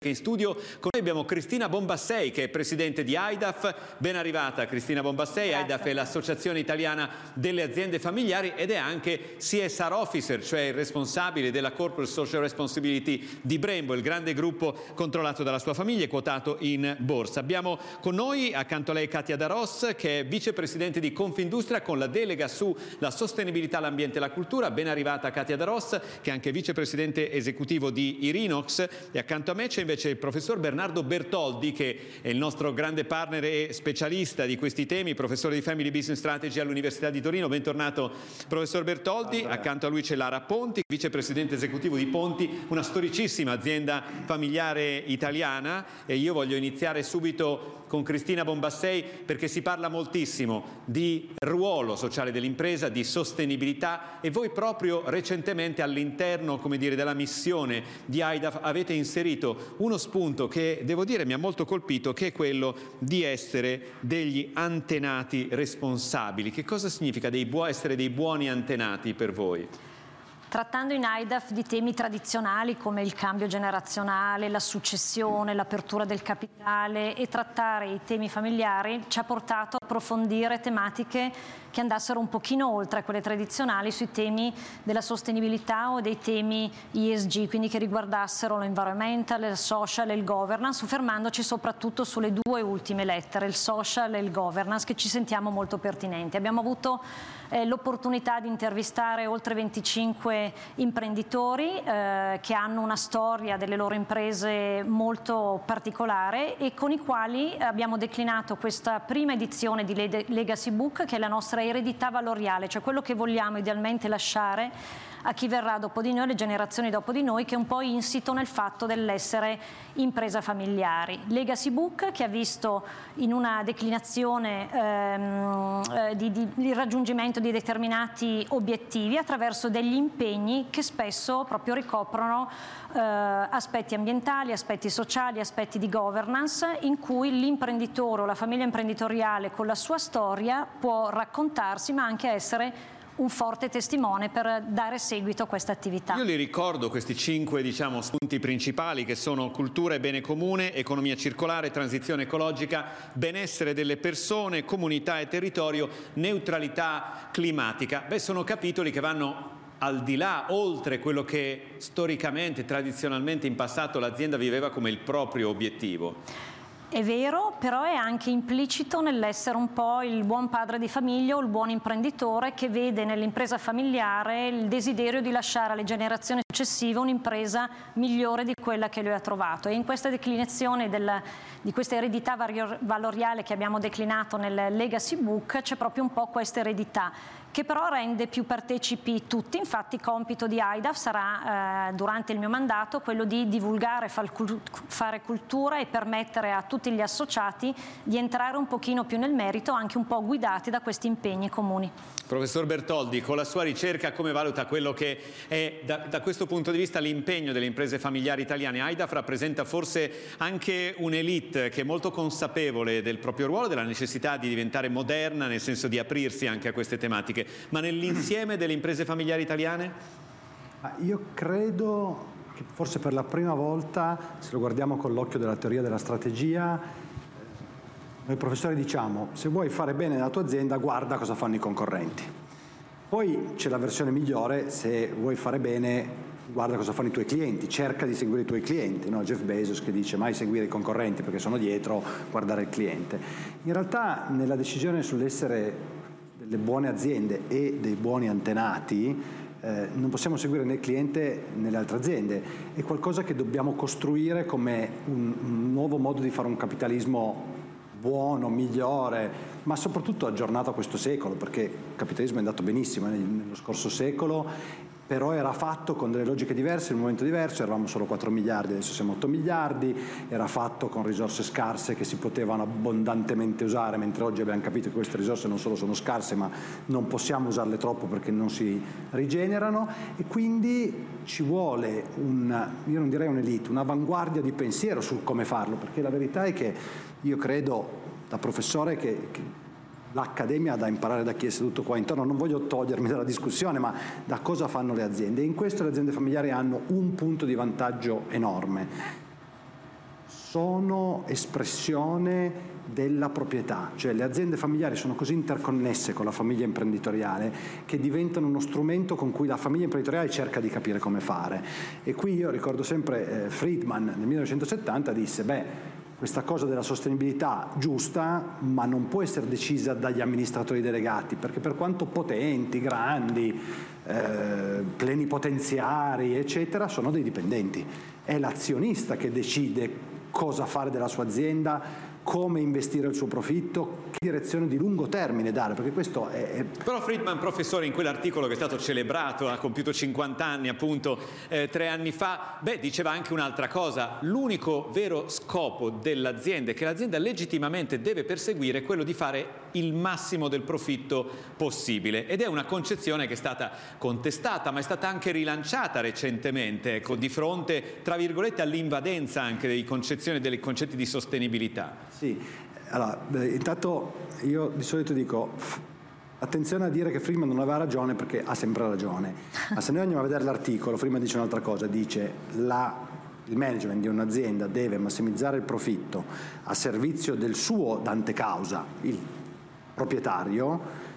In studio con noi abbiamo Cristina Bombassei, che è presidente di AIDAF. Ben arrivata Cristina Bombassei. Grazie. AIDAF è l'Associazione Italiana delle Aziende Familiari ed è anche CSR Officer, cioè il responsabile della Corporate Social Responsibility di Brembo, il grande gruppo controllato dalla sua famiglia e quotato in borsa. Abbiamo con noi accanto a lei Katia Daros, che è vicepresidente di Confindustria con la delega sulla sostenibilità, l'ambiente e la cultura. Ben arrivata Katia Daros, che è anche vicepresidente esecutivo di Irinox, e accanto a me c'è invece il professor Bernardo Bertoldi, che è il nostro grande partner e specialista di questi temi, professore di Family Business Strategy all'Università di Torino. Bentornato professor Bertoldi. Accanto a lui c'è Lara Ponti, vicepresidente esecutivo di Ponti, una storicissima azienda familiare italiana. E io voglio iniziare subito con Cristina Bombassei, perché si parla moltissimo di ruolo sociale dell'impresa, di sostenibilità, e voi proprio recentemente all'interno, come dire, della missione di AIDAF avete inserito uno spunto che, devo dire, mi ha molto colpito, che è quello di essere degli antenati responsabili. Che cosa significa essere dei buoni antenati per voi? Trattando in AIDAF di temi tradizionali come il cambio generazionale, la successione, l'apertura del capitale, e trattare i temi familiari ci ha portato a approfondire tematiche che andassero un pochino oltre quelle tradizionali sui temi della sostenibilità o dei temi ESG, quindi che riguardassero l'environmental, il social e il governance, fermandoci soprattutto sulle due ultime lettere, il social e il governance, che ci sentiamo molto pertinenti. Abbiamo avuto l'opportunità di intervistare oltre 25 imprenditori che hanno una storia delle loro imprese molto particolare e con i quali abbiamo declinato questa prima edizione di Legacy Book, che è la nostra eredità valoriale, cioè quello che vogliamo idealmente lasciare a chi verrà dopo di noi, le generazioni dopo di noi, che è un po' insito nel fatto dell'essere impresa familiari. Legacy Book, che ha visto in una declinazione di raggiungimento di determinati obiettivi attraverso degli impegni che spesso proprio ricoprono aspetti ambientali, aspetti sociali, aspetti di governance, in cui l'imprenditore o la famiglia imprenditoriale con la sua storia può raccontarsi, ma anche essere un forte testimone per dare seguito a questa attività. Io li ricordo questi 5 spunti principali, che sono cultura e bene comune, economia circolare, transizione ecologica, benessere delle persone, comunità e territorio, neutralità climatica. Sono capitoli che vanno al di là, oltre quello che storicamente, tradizionalmente in passato l'azienda viveva come il proprio obiettivo. È vero, però è anche implicito nell'essere un po' il buon padre di famiglia o il buon imprenditore che vede nell'impresa familiare il desiderio di lasciare alle generazioni successive un'impresa migliore di quella che lui ha trovato. E in questa declinazione di questa eredità valoriale che abbiamo declinato nel Legacy Book c'è proprio un po' questa eredità, che però rende più partecipi tutti. Infatti compito di AIDAF sarà durante il mio mandato quello di divulgare, fare cultura e permettere a tutti gli associati di entrare un pochino più nel merito, anche un po' guidati da questi impegni comuni. Professor Bertoldi, con la sua ricerca come valuta quello che è da questo punto di vista l'impegno delle imprese familiari italiane? AIDAF rappresenta forse anche un'elite che è molto consapevole del proprio ruolo, della necessità di diventare moderna, nel senso di aprirsi anche a queste tematiche, ma nell'insieme delle imprese familiari italiane? Io credo che forse per la prima volta, se lo guardiamo con l'occhio della teoria della strategia, noi professori diciamo: se vuoi fare bene la tua azienda, guarda cosa fanno i concorrenti. Poi c'è la versione migliore: se vuoi fare bene, guarda cosa fanno i tuoi clienti, cerca di seguire i tuoi clienti, no? Jeff Bezos che dice: mai seguire i concorrenti perché sono dietro, guardare il cliente. In realtà nella decisione sull'essere delle buone aziende e dei buoni antenati non possiamo seguire né il cliente né le altre aziende. È qualcosa che dobbiamo costruire come un nuovo modo di fare un capitalismo buono, migliore, ma soprattutto aggiornato a questo secolo, perché il capitalismo è andato benissimo nello scorso secolo, però era fatto con delle logiche diverse, in un momento diverso. Eravamo solo 4 miliardi, adesso siamo 8 miliardi, era fatto con risorse scarse che si potevano abbondantemente usare, mentre oggi abbiamo capito che queste risorse non solo sono scarse, ma non possiamo usarle troppo perché non si rigenerano, e quindi ci vuole io non direi un'elite, un'avanguardia di pensiero sul come farlo, perché la verità è che io credo, da professore, che l'accademia ha da imparare da chi è seduto qua intorno. Non voglio togliermi dalla discussione, ma da cosa fanno le aziende. E in questo le aziende familiari hanno un punto di vantaggio enorme: sono espressione della proprietà, cioè le aziende familiari sono così interconnesse con la famiglia imprenditoriale che diventano uno strumento con cui la famiglia imprenditoriale cerca di capire come fare. E qui io ricordo sempre Friedman nel 1970 disse questa cosa della sostenibilità giusta, ma non può essere decisa dagli amministratori delegati, perché per quanto potenti, grandi, plenipotenziari, eccetera, sono dei dipendenti. È l'azionista che decide cosa fare della sua azienda, come investire il suo profitto, che direzione di lungo termine dare, perché questo è... Però Friedman, professore, in quell'articolo che è stato celebrato, ha compiuto 50 anni appunto 3 anni fa, diceva anche un'altra cosa: l'unico vero scopo dell'azienda, che l'azienda legittimamente deve perseguire, è quello di fare il massimo del profitto possibile, ed è una concezione che è stata contestata, ma è stata anche rilanciata recentemente, ecco, di fronte, tra virgolette, all'invadenza anche dei concetti di sostenibilità. Sì, allora, intanto io di solito dico attenzione a dire che Friedman non aveva ragione, perché ha sempre ragione, ma se noi andiamo a vedere l'articolo, Friedman dice un'altra cosa, dice il management di un'azienda deve massimizzare il profitto a servizio del suo dante causa, il proprietario,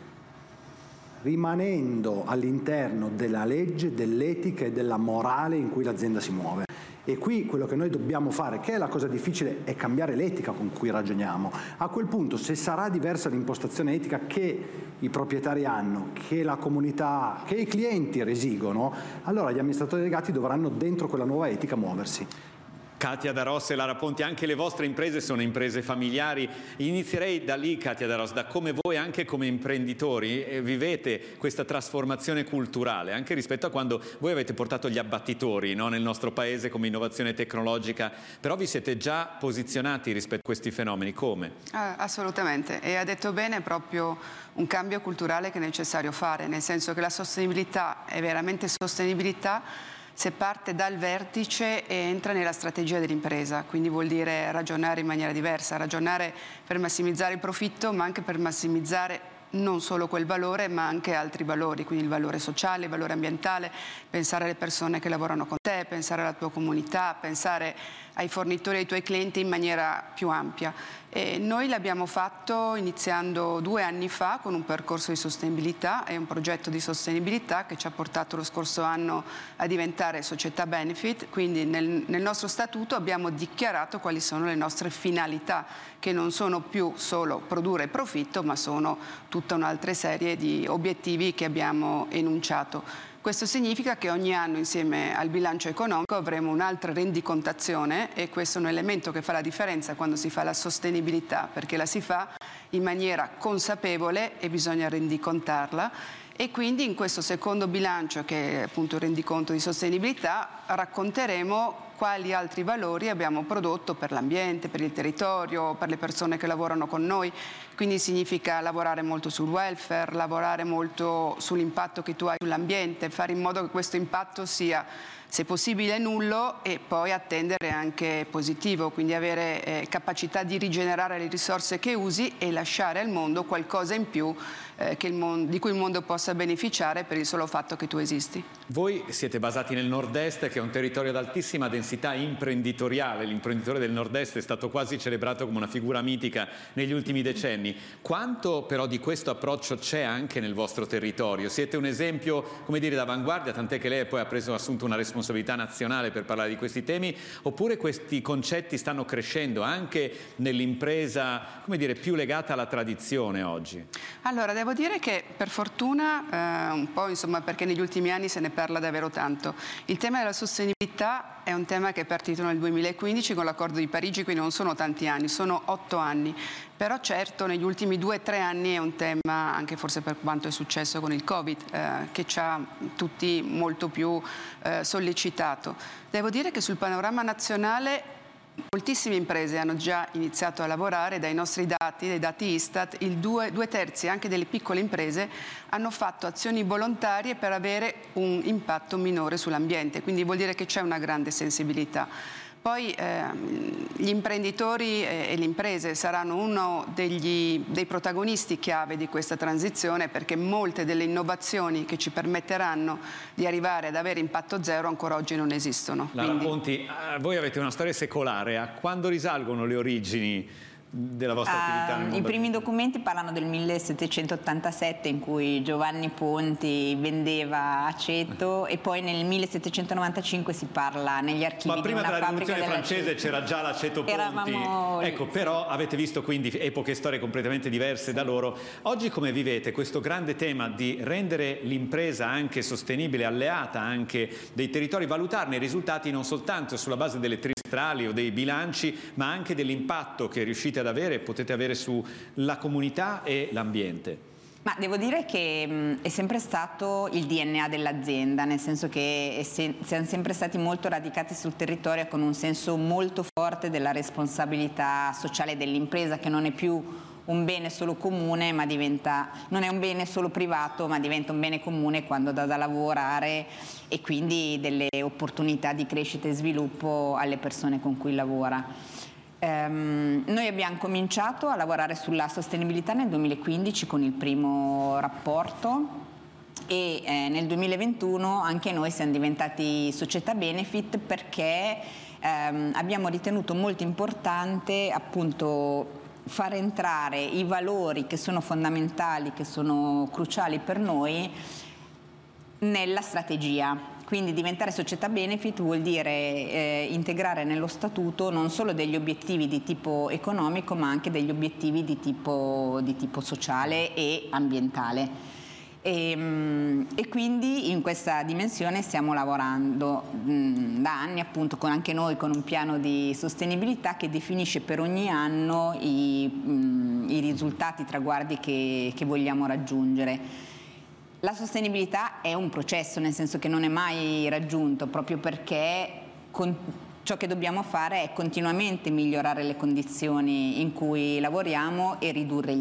rimanendo all'interno della legge, dell'etica e della morale in cui l'azienda si muove. E qui quello che noi dobbiamo fare, che è la cosa difficile, è cambiare l'etica con cui ragioniamo. A quel punto, se sarà diversa l'impostazione etica che i proprietari hanno, che la comunità, che i clienti resigono, allora gli amministratori delegati dovranno dentro quella nuova etica muoversi. Katia D'Arros e Lara Ponti, anche le vostre imprese sono imprese familiari. Inizierei da lì, Katia D'Arros, da come voi anche come imprenditori vivete questa trasformazione culturale, anche rispetto a quando voi avete portato gli abbattitori, no, nel nostro paese come innovazione tecnologica, però vi siete già posizionati rispetto a questi fenomeni. Come? Assolutamente, e ha detto bene, proprio un cambio culturale che è necessario fare, nel senso che la sostenibilità è veramente sostenibilità se parte dal vertice e entra nella strategia dell'impresa, quindi vuol dire ragionare in maniera diversa, ragionare per massimizzare il profitto, ma anche per massimizzare non solo quel valore, ma anche altri valori, quindi il valore sociale, il valore ambientale, pensare alle persone che lavorano con te, pensare alla tua comunità, pensare ai fornitori e ai tuoi clienti in maniera più ampia. E noi l'abbiamo fatto iniziando 2 anni fa con un percorso di sostenibilità e un progetto di sostenibilità che ci ha portato lo scorso anno a diventare società benefit, quindi nel nostro statuto abbiamo dichiarato quali sono le nostre finalità, che non sono più solo produrre profitto, ma sono tutta un'altra serie di obiettivi che abbiamo enunciato. Questo significa che ogni anno, insieme al bilancio economico, avremo un'altra rendicontazione, e questo è un elemento che fa la differenza quando si fa la sostenibilità, perché la si fa in maniera consapevole e bisogna rendicontarla. E quindi in questo secondo bilancio, che è appunto il rendiconto di sostenibilità, racconteremo quali altri valori abbiamo prodotto per l'ambiente, per il territorio, per le persone che lavorano con noi. Quindi significa lavorare molto sul welfare, lavorare molto sull'impatto che tu hai sull'ambiente, fare in modo che questo impatto sia, se possibile, nullo, e poi attendere anche positivo, quindi avere capacità di rigenerare le risorse che usi e lasciare al mondo qualcosa in più di cui il mondo possa beneficiare per il solo fatto che tu esisti. Voi siete basati nel Nord-Est, che è un territorio ad altissima densità imprenditoriale. L'imprenditore del Nord-Est è stato quasi celebrato come una figura mitica negli ultimi decenni. Quanto però di questo approccio c'è anche nel vostro territorio? Siete un esempio, come dire, d'avanguardia, tant'è che lei poi ha assunto una responsabilità nazionale per parlare di questi temi, oppure questi concetti stanno crescendo anche nell'impresa, come dire, più legata alla tradizione oggi? Allora, devo dire che per fortuna, un po' insomma, perché negli ultimi anni se ne parla davvero tanto, il tema della sostenibilità è un tema che è partito nel 2015 con l'accordo di Parigi, quindi non sono tanti anni, sono 8 anni. Però certo negli ultimi 2-3 anni è un tema, anche forse per quanto è successo con il Covid, che ci ha tutti molto più sollecitato. Devo dire che sul panorama nazionale moltissime imprese hanno già iniziato a lavorare. Dai nostri dati, dai dati Istat, 2/3 anche delle piccole imprese hanno fatto azioni volontarie per avere un impatto minore sull'ambiente, quindi vuol dire che c'è una grande sensibilità. Poi gli imprenditori e le imprese saranno uno dei protagonisti chiave di questa transizione, perché molte delle innovazioni che ci permetteranno di arrivare ad avere impatto zero ancora oggi non esistono. Racconti, voi avete una storia secolare, a quando risalgono le origini della vostra attività nel mondo? I primi documenti parlano del 1787, in cui Giovanni Ponti vendeva aceto, e poi nel 1795 si parla negli archivi di una fabbrica. Ma prima della rivoluzione francese c'era già l'aceto Ponti. Ecco, però avete visto quindi epoche storiche completamente diverse da loro. Oggi come vivete questo grande tema di rendere l'impresa anche sostenibile, alleata anche dei territori, valutarne i risultati non soltanto sulla base delle trimestrali o dei bilanci, ma anche dell'impatto che riuscite ad avere e potete avere sulla comunità e l'ambiente? Ma devo dire che è sempre stato il DNA dell'azienda, nel senso che siamo sempre stati molto radicati sul territorio, con un senso molto forte della responsabilità sociale dell'impresa, che non è più un bene solo comune, ma non è un bene solo privato, ma diventa un bene comune quando dà da lavorare, e quindi delle opportunità di crescita e sviluppo alle persone con cui lavora. Noi abbiamo cominciato a lavorare sulla sostenibilità nel 2015 con il primo rapporto, e nel 2021 anche noi siamo diventati società benefit, perché abbiamo ritenuto molto importante appunto far entrare i valori che sono fondamentali, che sono cruciali per noi nella strategia. Quindi diventare società benefit vuol dire integrare nello statuto non solo degli obiettivi di tipo economico, ma anche degli obiettivi di tipo sociale e ambientale. E quindi in questa dimensione stiamo lavorando da anni, appunto, anche noi con un piano di sostenibilità che definisce per ogni anno i risultati, i traguardi che vogliamo raggiungere. La sostenibilità è un processo, nel senso che non è mai raggiunto, proprio perché ciò che dobbiamo fare è continuamente migliorare le condizioni in cui lavoriamo e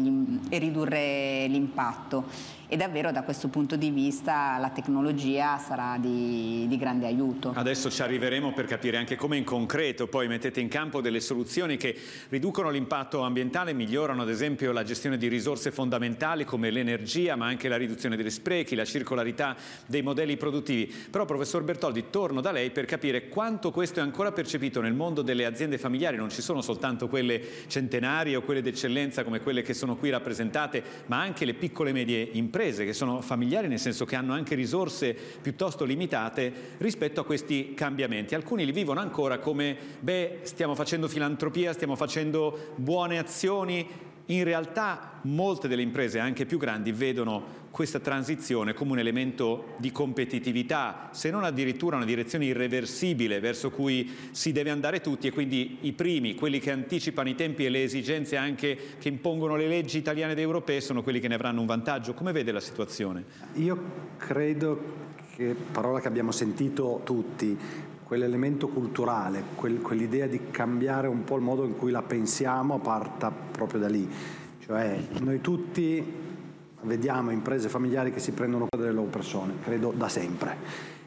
ridurre l'impatto. E davvero da questo punto di vista la tecnologia sarà di grande aiuto. Adesso ci arriveremo per capire anche come in concreto poi mettete in campo delle soluzioni che riducono l'impatto ambientale, migliorano ad esempio la gestione di risorse fondamentali come l'energia, ma anche la riduzione degli sprechi, la circolarità dei modelli produttivi. Però professor Bertoldi, torno da lei per capire quanto questo è ancora percepito nel mondo delle aziende familiari. Non ci sono soltanto quelle centenarie o quelle d'eccellenza come quelle che sono qui rappresentate, ma anche le piccole e medie imprese che sono familiari, nel senso che hanno anche risorse piuttosto limitate rispetto a questi cambiamenti. Alcuni li vivono ancora come stiamo facendo filantropia, stiamo facendo buone azioni. In realtà molte delle imprese, anche più grandi, vedono questa transizione come un elemento di competitività, se non addirittura una direzione irreversibile verso cui si deve andare tutti, e quindi i primi, quelli che anticipano i tempi e le esigenze anche che impongono le leggi italiane ed europee, sono quelli che ne avranno un vantaggio. Come vede la situazione? Io credo che, parola che abbiamo sentito tutti, quell'elemento culturale, quell'idea di cambiare un po' il modo in cui la pensiamo parta proprio da lì. Cioè noi tutti vediamo imprese familiari che si prendono cura delle loro persone, credo da sempre.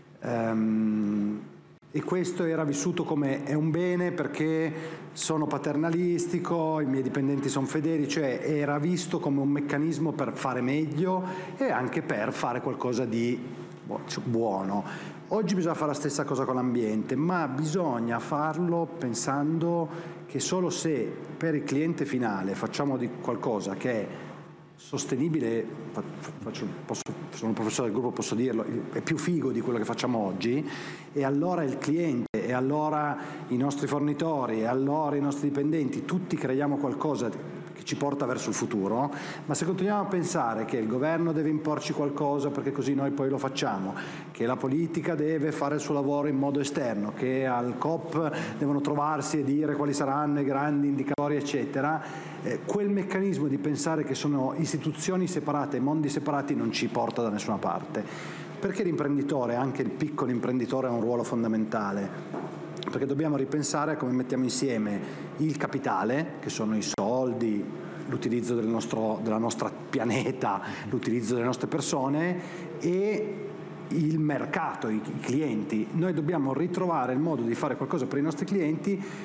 E questo era vissuto come è un bene perché sono paternalistico, i miei dipendenti sono fedeli, cioè era visto come un meccanismo per fare meglio e anche per fare qualcosa di buono. Oggi bisogna fare la stessa cosa con l'ambiente, ma bisogna farlo pensando che solo se per il cliente finale facciamo di qualcosa che è sostenibile, sono un professore del gruppo, posso dirlo, è più figo di quello che facciamo oggi, e allora il cliente, e allora i nostri fornitori, e allora i nostri dipendenti, tutti creiamo qualcosa che ci porta verso il futuro. Ma se continuiamo a pensare che il governo deve imporci qualcosa perché così noi poi lo facciamo, che la politica deve fare il suo lavoro in modo esterno, che al COP devono trovarsi e dire quali saranno i grandi indicatori eccetera, quel meccanismo di pensare che sono istituzioni separate, mondi separati, non ci porta da nessuna parte. Perché l'imprenditore, anche il piccolo imprenditore, ha un ruolo fondamentale? Perché dobbiamo ripensare a come mettiamo insieme il capitale, che sono i soldi, l'utilizzo della nostra pianeta, l'utilizzo delle nostre persone, e il mercato, i clienti. Noi dobbiamo ritrovare il modo di fare qualcosa per i nostri clienti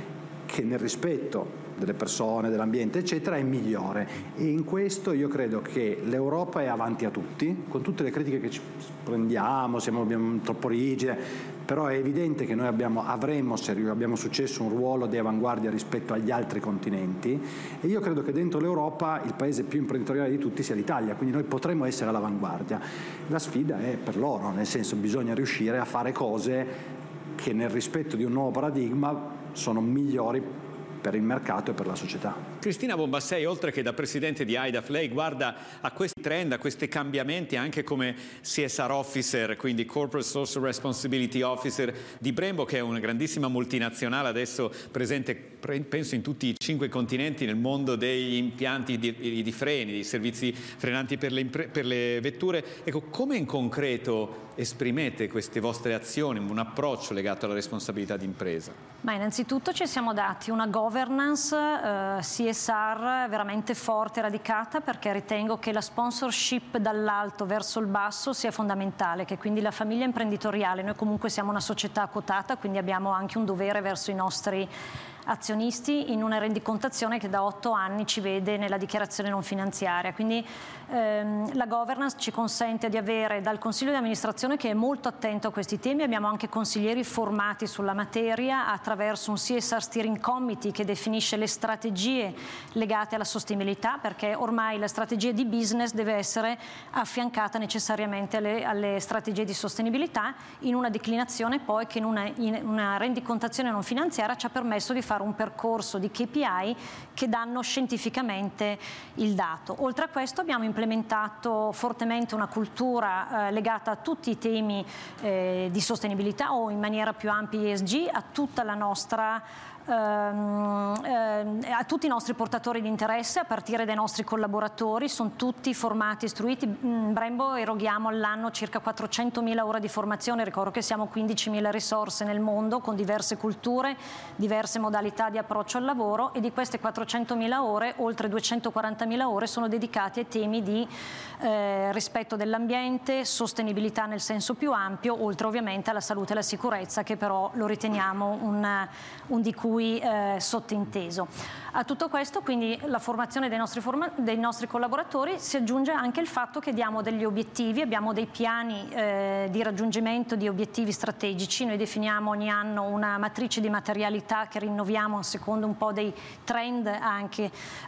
che nel rispetto delle persone, dell'ambiente eccetera è migliore, e in questo io credo che l'Europa è avanti a tutti, con tutte le critiche che ci prendiamo, abbiamo troppo rigide, però è evidente che noi avremo, se abbiamo successo, un ruolo di avanguardia rispetto agli altri continenti, e io credo che dentro l'Europa il paese più imprenditoriale di tutti sia l'Italia, quindi noi potremmo essere all'avanguardia. La sfida è per loro, nel senso bisogna riuscire a fare cose che nel rispetto di un nuovo paradigma sono migliori per il mercato e per la società. Cristina Bombassei, oltre che da presidente di AIDAF, lei guarda a questi trend, a questi cambiamenti anche come CSR Officer, quindi Corporate Social Responsibility Officer di Brembo, che è una grandissima multinazionale adesso presente penso in tutti i 5 continenti nel mondo degli impianti di freni, di servizi frenanti per le vetture. Ecco, come in concreto esprimete queste vostre azioni, un approccio legato alla responsabilità d'impresa? Ma innanzitutto ci siamo dati una governance CSR veramente forte e radicata, perché ritengo che la sponsorship dall'alto verso il basso sia fondamentale, che quindi la famiglia imprenditoriale, noi comunque siamo una società quotata, quindi abbiamo anche un dovere verso i nostri azionisti in una rendicontazione che da 8 anni ci vede nella dichiarazione non finanziaria. Quindi la governance ci consente di avere dal Consiglio di amministrazione, che è molto attento a questi temi, abbiamo anche consiglieri formati sulla materia attraverso un CSR Steering Committee che definisce le strategie legate alla sostenibilità, perché ormai la strategia di business deve essere affiancata necessariamente alle strategie di sostenibilità, in una declinazione poi che in una rendicontazione non finanziaria ci ha permesso di fare un percorso di KPI che danno scientificamente il dato. Oltre a questo abbiamo implementato fortemente una cultura legata a tutti i temi di sostenibilità, o in maniera più ampia ESG, a tutta la nostra a tutti i nostri portatori di interesse, a partire dai nostri collaboratori, sono tutti formati, istruiti. In Brembo eroghiamo all'anno circa 400.000 ore di formazione, ricordo che siamo 15.000 risorse nel mondo con diverse culture, diverse modalità di approccio al lavoro, e di queste 400.000 ore oltre 240.000 ore sono dedicate ai temi di rispetto dell'ambiente, sostenibilità nel senso più ampio, oltre ovviamente alla salute e alla sicurezza, che però lo riteniamo un di cui sottinteso. A tutto questo, quindi, la formazione dei nostri collaboratori, si aggiunge anche il fatto che diamo degli obiettivi, abbiamo dei piani di raggiungimento di obiettivi strategici. Noi definiamo ogni anno una matrice di materialità che rinnoviamo secondo un po' dei trend anche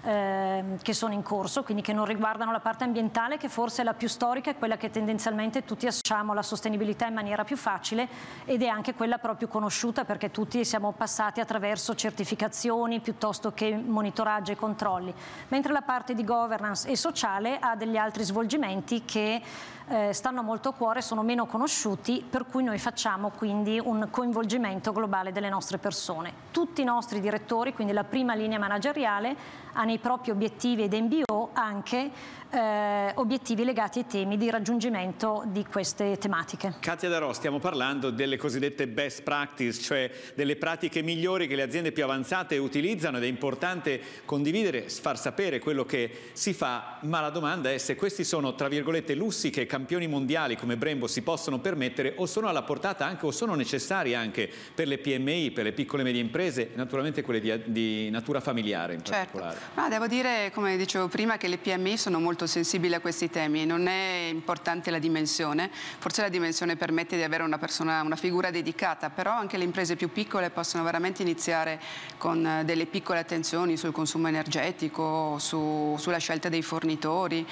che sono in corso, quindi che non riguardano la parte ambientale, che forse è la più storica e quella che tendenzialmente tutti associamo alla sostenibilità in maniera più facile, ed è anche quella però più conosciuta, perché tutti siamo passati attraverso certificazioni piuttosto che monitoraggio e controlli, mentre la parte di governance e sociale ha degli altri svolgimenti che stanno molto a cuore, sono meno conosciuti, per cui noi facciamo quindi un coinvolgimento globale delle nostre persone. Tutti i nostri direttori, quindi la prima linea manageriale, ha nei propri obiettivi ed MBO anche obiettivi legati ai temi di raggiungimento di queste tematiche. Katia Darò, stiamo parlando delle cosiddette best practice, cioè delle pratiche migliori che le aziende più avanzate utilizzano, ed è importante condividere, far sapere quello che si fa, ma la domanda è se questi sono, tra virgolette, lussi che campioni mondiali come Brembo si possono permettere, o sono alla portata anche, o sono necessari anche per le PMI, per le piccole e medie imprese, naturalmente quelle di natura familiare in particolare. No, devo dire, come dicevo prima, che le PMI sono molto sensibili a questi temi. Non è importante la dimensione, forse la dimensione permette di avere una figura dedicata, però anche le imprese più piccole possono veramente iniziare con delle piccole attenzioni sul consumo energetico, sulla scelta dei fornitori,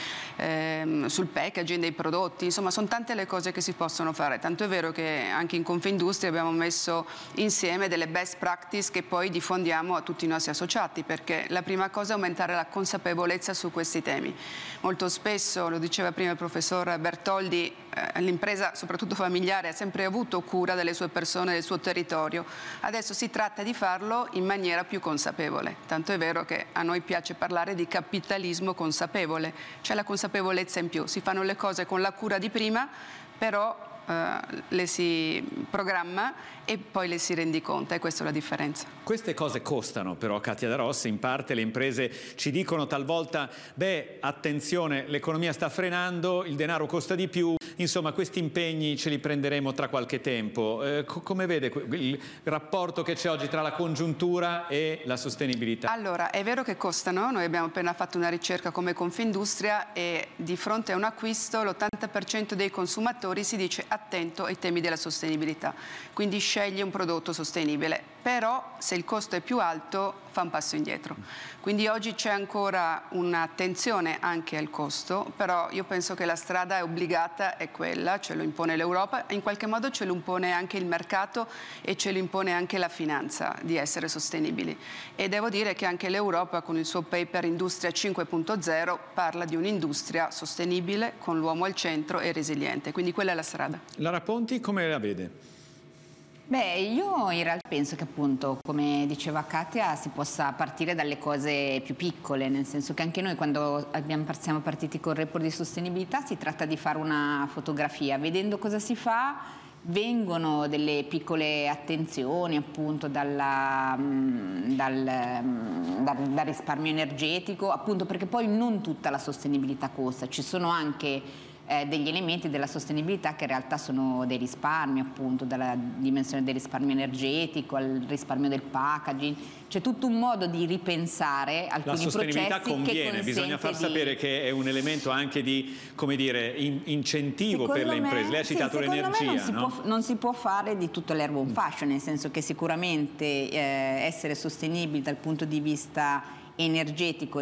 sul packaging dei prodotti. Insomma, sono tante le cose che si possono fare, tanto è vero che anche in Confindustria abbiamo messo insieme delle best practice che poi diffondiamo a tutti i nostri associati, perché la prima cosa è aumentare la consapevolezza su questi temi. Molto spesso, lo diceva prima il professor Bertoldi, l'impresa, soprattutto familiare, ha sempre avuto cura delle sue persone, del suo territorio. Adesso si tratta di farlo in maniera più consapevole. Tanto è vero che a noi piace parlare di capitalismo consapevole, c'è la consapevolezza in più. Si fanno le cose con la cura di prima, però le si programma e poi le si rendiconta, e questa è la differenza. Queste cose costano però, Katia Darò. In parte le imprese ci dicono talvolta: beh, attenzione, l'economia sta frenando, il denaro costa di più, insomma questi impegni ce li prenderemo tra qualche tempo. Come vede il rapporto che c'è oggi tra la congiuntura e la sostenibilità? Allora, è vero che costano, noi abbiamo appena fatto una ricerca come Confindustria e di fronte a un acquisto l'80% dei consumatori si dice attento ai temi della sostenibilità, quindi sceglie un prodotto sostenibile, però se il costo è più alto fa un passo indietro. Quindi oggi c'è ancora un'attenzione anche al costo, però io penso che la strada è obbligata, è quella, ce lo impone l'Europa, in qualche modo ce lo impone anche il mercato e ce lo impone anche la finanza di essere sostenibili. E devo dire che anche l'Europa con il suo paper Industria 5.0 parla di un'industria sostenibile con l'uomo al centro e resiliente, quindi quella è la strada. Lara Ponti come la vede? Beh, io in realtà penso che appunto, come diceva Katia, si possa partire dalle cose più piccole, nel senso che anche noi quando siamo partiti col report di sostenibilità si tratta di fare una fotografia, vedendo cosa si fa vengono delle piccole attenzioni appunto dal risparmio energetico, appunto perché poi non tutta la sostenibilità costa, ci sono anche degli elementi della sostenibilità che in realtà sono dei risparmi, appunto dalla dimensione del risparmio energetico al risparmio del packaging. C'è tutto un modo di ripensare alcuni processi. La sostenibilità conviene, bisogna far sapere che è un elemento anche di, come dire, incentivo per le imprese. Lei ha citato l'energia, no? Non si può fare di tutto l'erba un fascio, nel senso che sicuramente essere sostenibili dal punto di vista energetico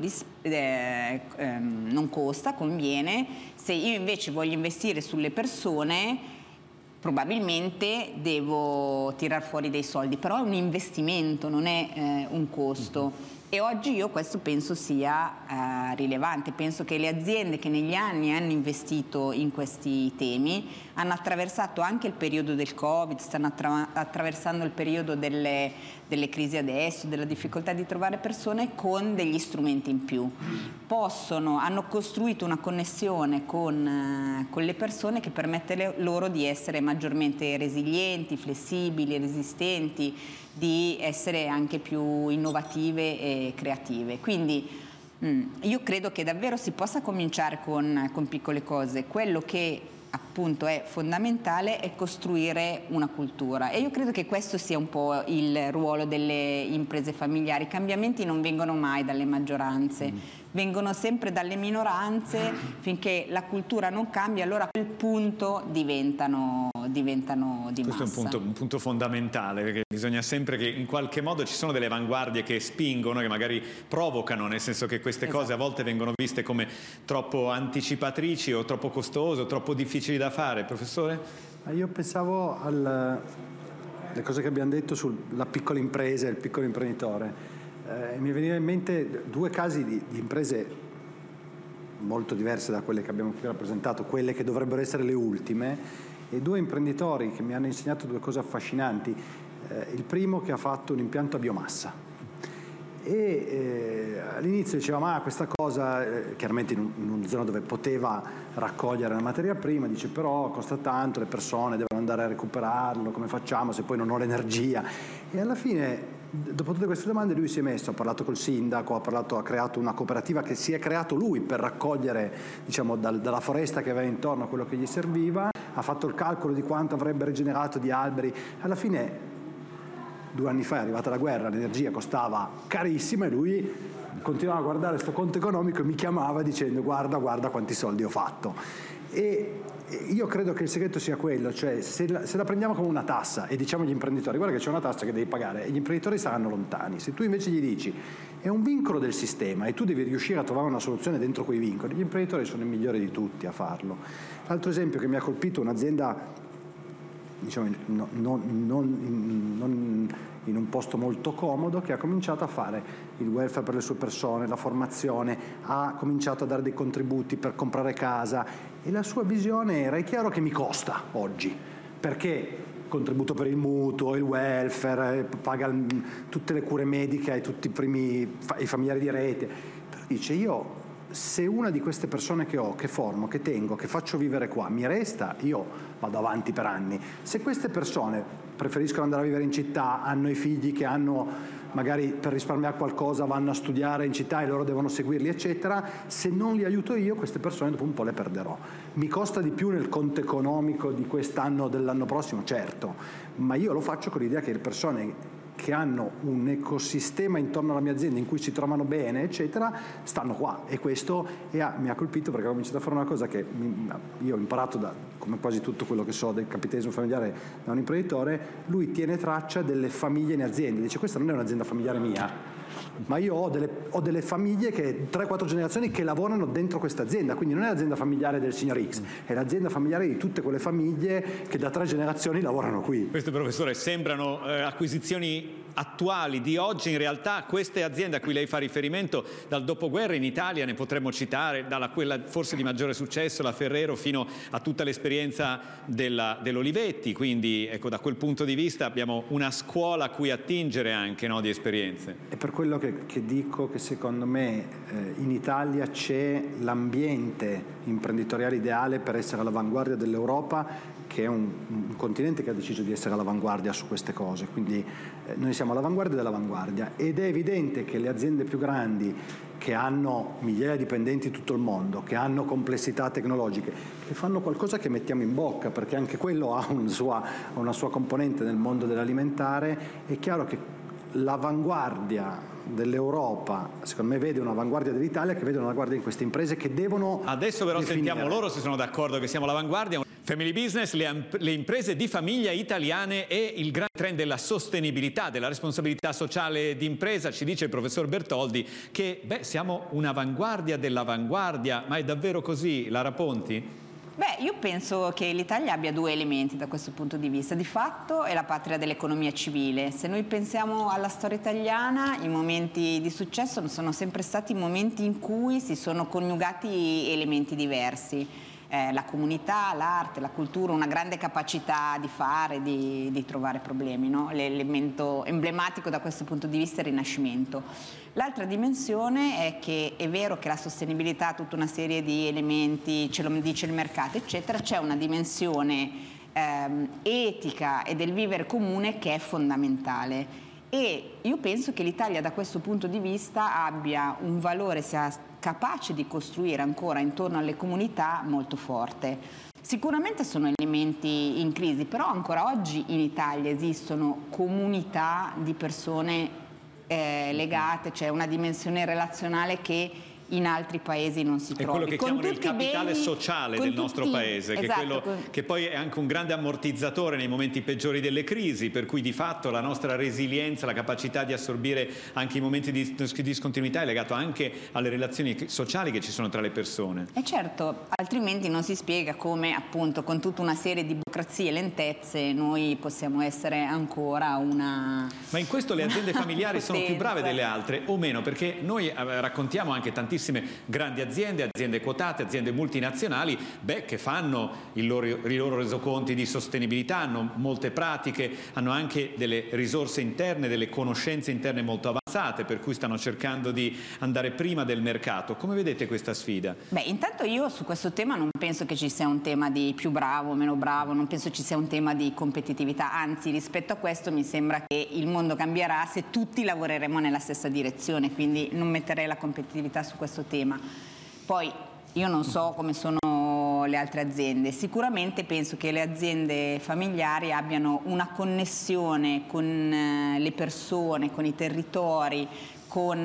non costa, conviene. Se io invece voglio investire sulle persone, probabilmente devo tirar fuori dei soldi, però è un investimento, non è un costo. E oggi io questo penso sia rilevante, penso che le aziende che negli anni hanno investito in questi temi hanno attraversato anche il periodo del Covid, stanno attraversando il periodo delle crisi adesso, della difficoltà di trovare persone con degli strumenti in più. Hanno costruito una connessione con le persone che permette loro di essere maggiormente resilienti, flessibili, resistenti, di essere anche più innovative e creative. Quindi io credo che davvero si possa cominciare con piccole cose. Quello che appunto è fondamentale è costruire una cultura e io credo che questo sia un po' il ruolo delle imprese familiari. I cambiamenti non vengono mai dalle maggioranze, vengono sempre dalle minoranze. Finché la cultura non cambia, allora a quel punto diventano di Questo massa. È un punto fondamentale, perché bisogna sempre che in qualche modo ci sono delle avanguardie che spingono, che magari provocano, nel senso che queste cose a volte vengono viste come troppo anticipatrici o troppo costose o troppo difficili da fare. Professore? Io pensavo alle cose che abbiamo detto sulla piccola impresa e il piccolo imprenditore. Mi veniva in mente due casi di imprese molto diverse da quelle che abbiamo qui rappresentato, quelle che dovrebbero essere le ultime, e due imprenditori che mi hanno insegnato due cose affascinanti. Il primo che ha fatto un impianto a biomassa e all'inizio diceva ma questa cosa, chiaramente in una zona dove poteva raccogliere la materia prima, dice però costa tanto, le persone devono andare a recuperarlo, come facciamo se poi non ho l'energia? E alla fine, dopo tutte queste domande, lui si è messo, ha parlato col sindaco, ha creato una cooperativa che si è creato lui per raccogliere, diciamo, dalla foresta che aveva intorno quello che gli serviva, ha fatto il calcolo di quanto avrebbe rigenerato di alberi. Alla fine, 2 anni fa è arrivata la guerra, l'energia costava carissima e lui continuava a guardare questo conto economico e mi chiamava dicendo guarda quanti soldi ho fatto. E io credo che il segreto sia quello, cioè se la prendiamo come una tassa e diciamo agli imprenditori guarda che c'è una tassa che devi pagare, e gli imprenditori saranno lontani. Se tu invece gli dici è un vincolo del sistema e tu devi riuscire a trovare una soluzione dentro quei vincoli, gli imprenditori sono i migliori di tutti a farlo. L'altro esempio che mi ha colpito, un'azienda, diciamo, non in un posto molto comodo, che ha cominciato a fare il welfare per le sue persone, la formazione, ha cominciato a dare dei contributi per comprare casa, e la sua visione era: è chiaro che mi costa oggi, perché contributo per il mutuo, il welfare, paga tutte le cure mediche ai tutti i familiari di rete, però dice io, se una di queste persone che ho, che formo, che tengo, che faccio vivere qua, mi resta, io vado avanti per anni. Se queste persone preferiscono andare a vivere in città, hanno i figli che hanno magari per risparmiare qualcosa vanno a studiare in città e loro devono seguirli, eccetera. Se non li aiuto io, queste persone dopo un po' le perderò. Mi costa di più nel conto economico di quest'anno o dell'anno prossimo, certo, ma io lo faccio con l'idea che le persone che hanno un ecosistema intorno alla mia azienda in cui si trovano bene, eccetera, stanno qua. E questo mi ha colpito, perché ho cominciato a fare una cosa che io ho imparato come quasi tutto quello che so del capitalismo familiare da un imprenditore. Lui tiene traccia delle famiglie in azienda, dice: questa non è un'azienda familiare mia, ma io ho delle famiglie, che 3-4 generazioni che lavorano dentro questa azienda, quindi non è l'azienda familiare del signor X, è l'azienda familiare di tutte quelle famiglie che da 3 generazioni lavorano qui. Questo, professore, sembrano acquisizioni attuali di oggi. In realtà queste aziende a cui lei fa riferimento dal dopoguerra in Italia ne potremmo citare, dalla quella forse di maggiore successo, la Ferrero, fino a tutta l'esperienza dell'Olivetti, quindi ecco, da quel punto di vista abbiamo una scuola a cui attingere anche, no, di esperienze. È per quello che dico che secondo me in Italia c'è l'ambiente imprenditoriale ideale per essere all'avanguardia dell'Europa, che è un continente che ha deciso di essere all'avanguardia su queste cose, quindi noi siamo all'avanguardia dell'avanguardia, ed è evidente che le aziende più grandi, che hanno migliaia di dipendenti in tutto il mondo, che hanno complessità tecnologiche, che fanno qualcosa che mettiamo in bocca, perché anche quello ha una sua componente nel mondo dell'alimentare. È chiaro che l'avanguardia dell'Europa, secondo me, vede un'avanguardia dell'Italia, che vede un'avanguardia in queste imprese che devono adesso però definire. Sentiamo loro se sono d'accordo che siamo all'avanguardia. Family business, le imprese di famiglia italiane e il grande trend della sostenibilità, della responsabilità sociale d'impresa. Ci dice il professor Bertoldi che siamo un'avanguardia dell'avanguardia, ma è davvero così, Lara Ponti? Io penso che l'Italia abbia 2 elementi da questo punto di vista. Di fatto è la patria dell'economia civile. Se noi pensiamo alla storia italiana, i momenti di successo sono sempre stati momenti in cui si sono coniugati elementi diversi. La comunità, l'arte, la cultura, una grande capacità di fare, di trovare problemi, no? L'elemento emblematico da questo punto di vista è il Rinascimento. L'altra dimensione è che è vero che la sostenibilità ha tutta una serie di elementi, ce lo dice il mercato, eccetera, c'è una dimensione etica e del vivere comune che è fondamentale. E io penso che l'Italia da questo punto di vista abbia un valore, sia capace di costruire ancora intorno alle comunità molto forte. Sicuramente sono elementi in crisi, però ancora oggi in Italia esistono comunità di persone legate, c'è una dimensione relazionale che in altri paesi non si trova. È quello che chiamano il capitale sociale del nostro paese, che, esatto, è quello che poi è anche un grande ammortizzatore nei momenti peggiori delle crisi, per cui di fatto la nostra resilienza, la capacità di assorbire anche i momenti di discontinuità è legato anche alle relazioni sociali che ci sono tra le persone. E certo, altrimenti non si spiega come, appunto, con tutta una serie di burocrazie e lentezze noi possiamo essere ancora una... Ma in questo le aziende familiari sono più brave delle altre o meno? Perché noi raccontiamo anche tantissime grandi aziende quotate, aziende multinazionali, che fanno i loro resoconti di sostenibilità, hanno molte pratiche, hanno anche delle risorse interne, delle conoscenze interne molto avanzate, per cui stanno cercando di andare prima del mercato. Come vedete questa sfida? Intanto io su questo tema non penso che ci sia un tema di più bravo o meno bravo, non penso ci sia un tema di competitività, anzi rispetto a questo mi sembra che il mondo cambierà se tutti lavoreremo nella stessa direzione, quindi non metterei la competitività su questo tema. Poi io non so come sono le altre aziende, sicuramente penso che le aziende familiari abbiano una connessione con le persone, con i territori, con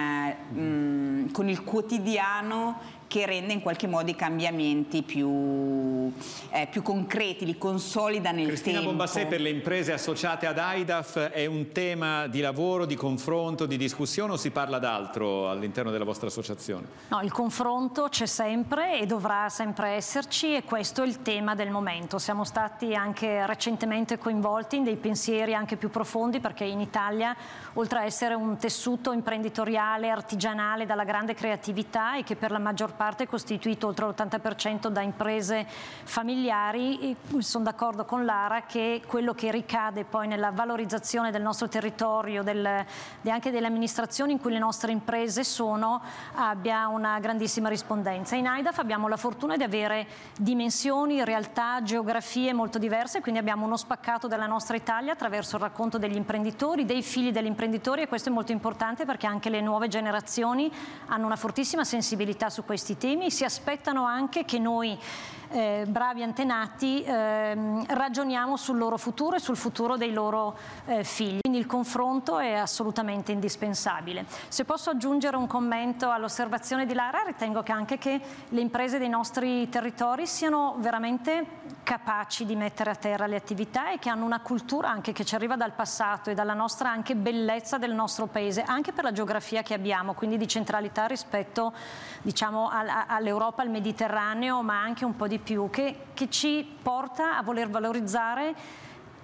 il quotidiano, che rende in qualche modo i cambiamenti più concreti, li consolida nel Cristina tempo. Bombassei, per le imprese associate ad AIDAF è un tema di lavoro, di confronto, di discussione, o si parla d'altro all'interno della vostra associazione? No, il confronto c'è sempre e dovrà sempre esserci, e questo è il tema del momento. Siamo stati anche recentemente coinvolti in dei pensieri anche più profondi, perché in Italia, oltre a essere un tessuto imprenditoriale, artigianale, dalla grande creatività, e che per la maggior parte è costituito oltre l'80% da imprese familiari, e sono d'accordo con Lara che quello che ricade poi nella valorizzazione del nostro territorio, anche delle amministrazioni in cui le nostre imprese sono, abbia una grandissima rispondenza. In AIDAF abbiamo la fortuna di avere dimensioni, realtà, geografie molto diverse, quindi abbiamo uno spaccato della nostra Italia attraverso il racconto degli imprenditori, dei figli degli imprenditori, e questo è molto importante perché anche le nuove generazioni hanno una fortissima sensibilità su questi temi, si aspettano anche che noi bravi antenati ragioniamo sul loro futuro e sul futuro dei loro figli, quindi il confronto è assolutamente indispensabile. Se posso aggiungere un commento all'osservazione di Lara, ritengo che anche che le imprese dei nostri territori siano veramente capaci di mettere a terra le attività e che hanno una cultura anche che ci arriva dal passato e dalla nostra anche bellezza del nostro paese, anche per la geografia che abbiamo, quindi di centralità rispetto, diciamo, all'Europa, al Mediterraneo, ma anche un po' di più, che ci porta a voler valorizzare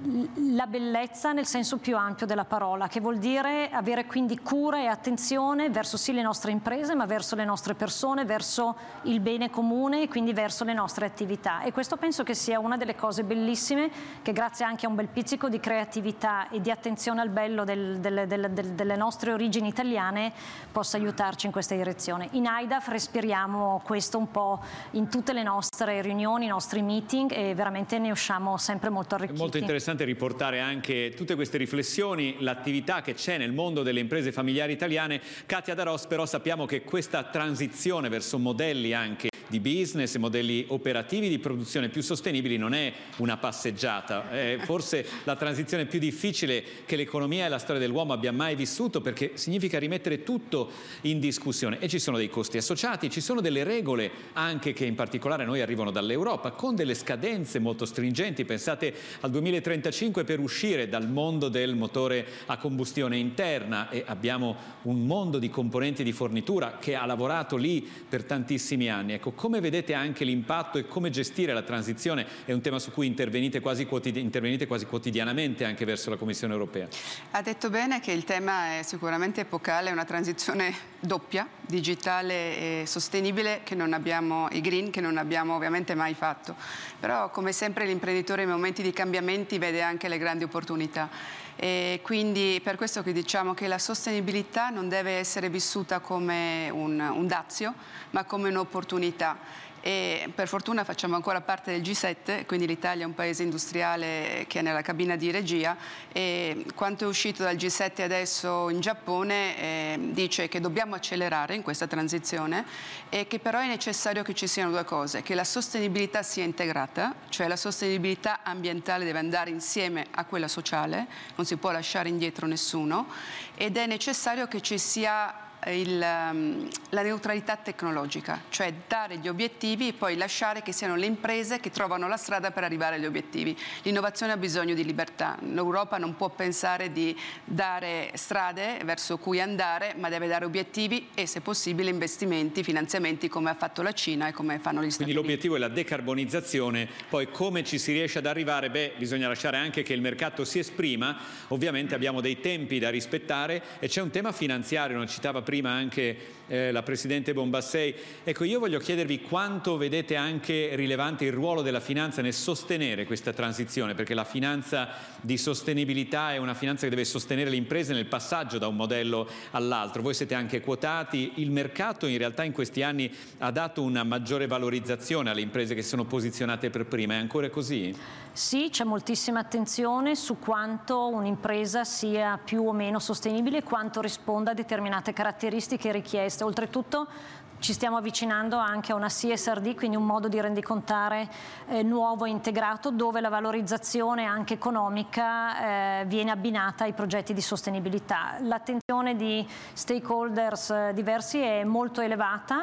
la bellezza nel senso più ampio della parola, che vuol dire avere quindi cura e attenzione verso sì le nostre imprese, ma verso le nostre persone, verso il bene comune e quindi verso le nostre attività. E questo penso che sia una delle cose bellissime che, grazie anche a un bel pizzico di creatività e di attenzione al bello delle nostre origini italiane, possa aiutarci in questa direzione. In AIDAF respiriamo questo un po' in tutte le nostre riunioni, i nostri meeting, e veramente ne usciamo sempre molto arricchiti. Molto interessante riportare anche tutte queste riflessioni, l'attività che c'è nel mondo delle imprese familiari italiane. Katia Daros, però sappiamo che questa transizione verso modelli anche di business, modelli operativi di produzione più sostenibili non è una passeggiata, è forse la transizione più difficile che l'economia e la storia dell'uomo abbia mai vissuto, perché significa rimettere tutto in discussione e ci sono dei costi associati, ci sono delle regole anche che in particolare noi arrivano dall'Europa con delle scadenze molto stringenti. Pensate al 2035 per uscire dal mondo del motore a combustione interna, e abbiamo un mondo di componenti di fornitura che ha lavorato lì per tantissimi anni. Ecco, come vedete anche l'impatto e come gestire la transizione? È un tema su cui intervenite quasi quotidianamente anche verso la Commissione europea. Ha detto bene che il tema è sicuramente epocale, è una transizione doppia, digitale e sostenibile, che non abbiamo, e green, che non abbiamo ovviamente mai fatto. Però come sempre l'imprenditore in momenti di cambiamenti vede anche le grandi opportunità. E quindi per questo che diciamo che la sostenibilità non deve essere vissuta come un dazio, ma come un'opportunità. E per fortuna facciamo ancora parte del G7, quindi l'Italia è un paese industriale che è nella cabina di regia, e quanto è uscito dal G7 adesso in Giappone dice che dobbiamo accelerare in questa transizione e che però è necessario che ci siano due cose: che la sostenibilità sia integrata, cioè la sostenibilità ambientale deve andare insieme a quella sociale, non si può lasciare indietro nessuno, ed è necessario che ci sia la neutralità tecnologica, cioè dare gli obiettivi e poi lasciare che siano le imprese che trovano la strada per arrivare agli obiettivi. L'innovazione ha bisogno di libertà. L'Europa non può pensare di dare strade verso cui andare, ma deve dare obiettivi e, se possibile, investimenti, finanziamenti, come ha fatto la Cina e come fanno gli Stati Uniti. Quindi l'obiettivo è la decarbonizzazione. Poi come ci si riesce ad arrivare? Bisogna lasciare anche che il mercato si esprima. Ovviamente abbiamo dei tempi da rispettare e c'è un tema finanziario, non citava prima anche la Presidente Bombassei. Ecco, io voglio chiedervi quanto vedete anche rilevante il ruolo della finanza nel sostenere questa transizione, perché la finanza di sostenibilità è una finanza che deve sostenere le imprese nel passaggio da un modello all'altro. Voi siete anche quotati, il mercato in realtà in questi anni ha dato una maggiore valorizzazione alle imprese che sono posizionate per prima, è ancora così? Sì, c'è moltissima attenzione su quanto un'impresa sia più o meno sostenibile, quanto risponda a determinate caratteristiche richieste. Oltretutto ci stiamo avvicinando anche a una CSRD, quindi un modo di rendicontare nuovo e integrato, dove la valorizzazione anche economica viene abbinata ai progetti di sostenibilità. L'attenzione di stakeholders diversi è molto elevata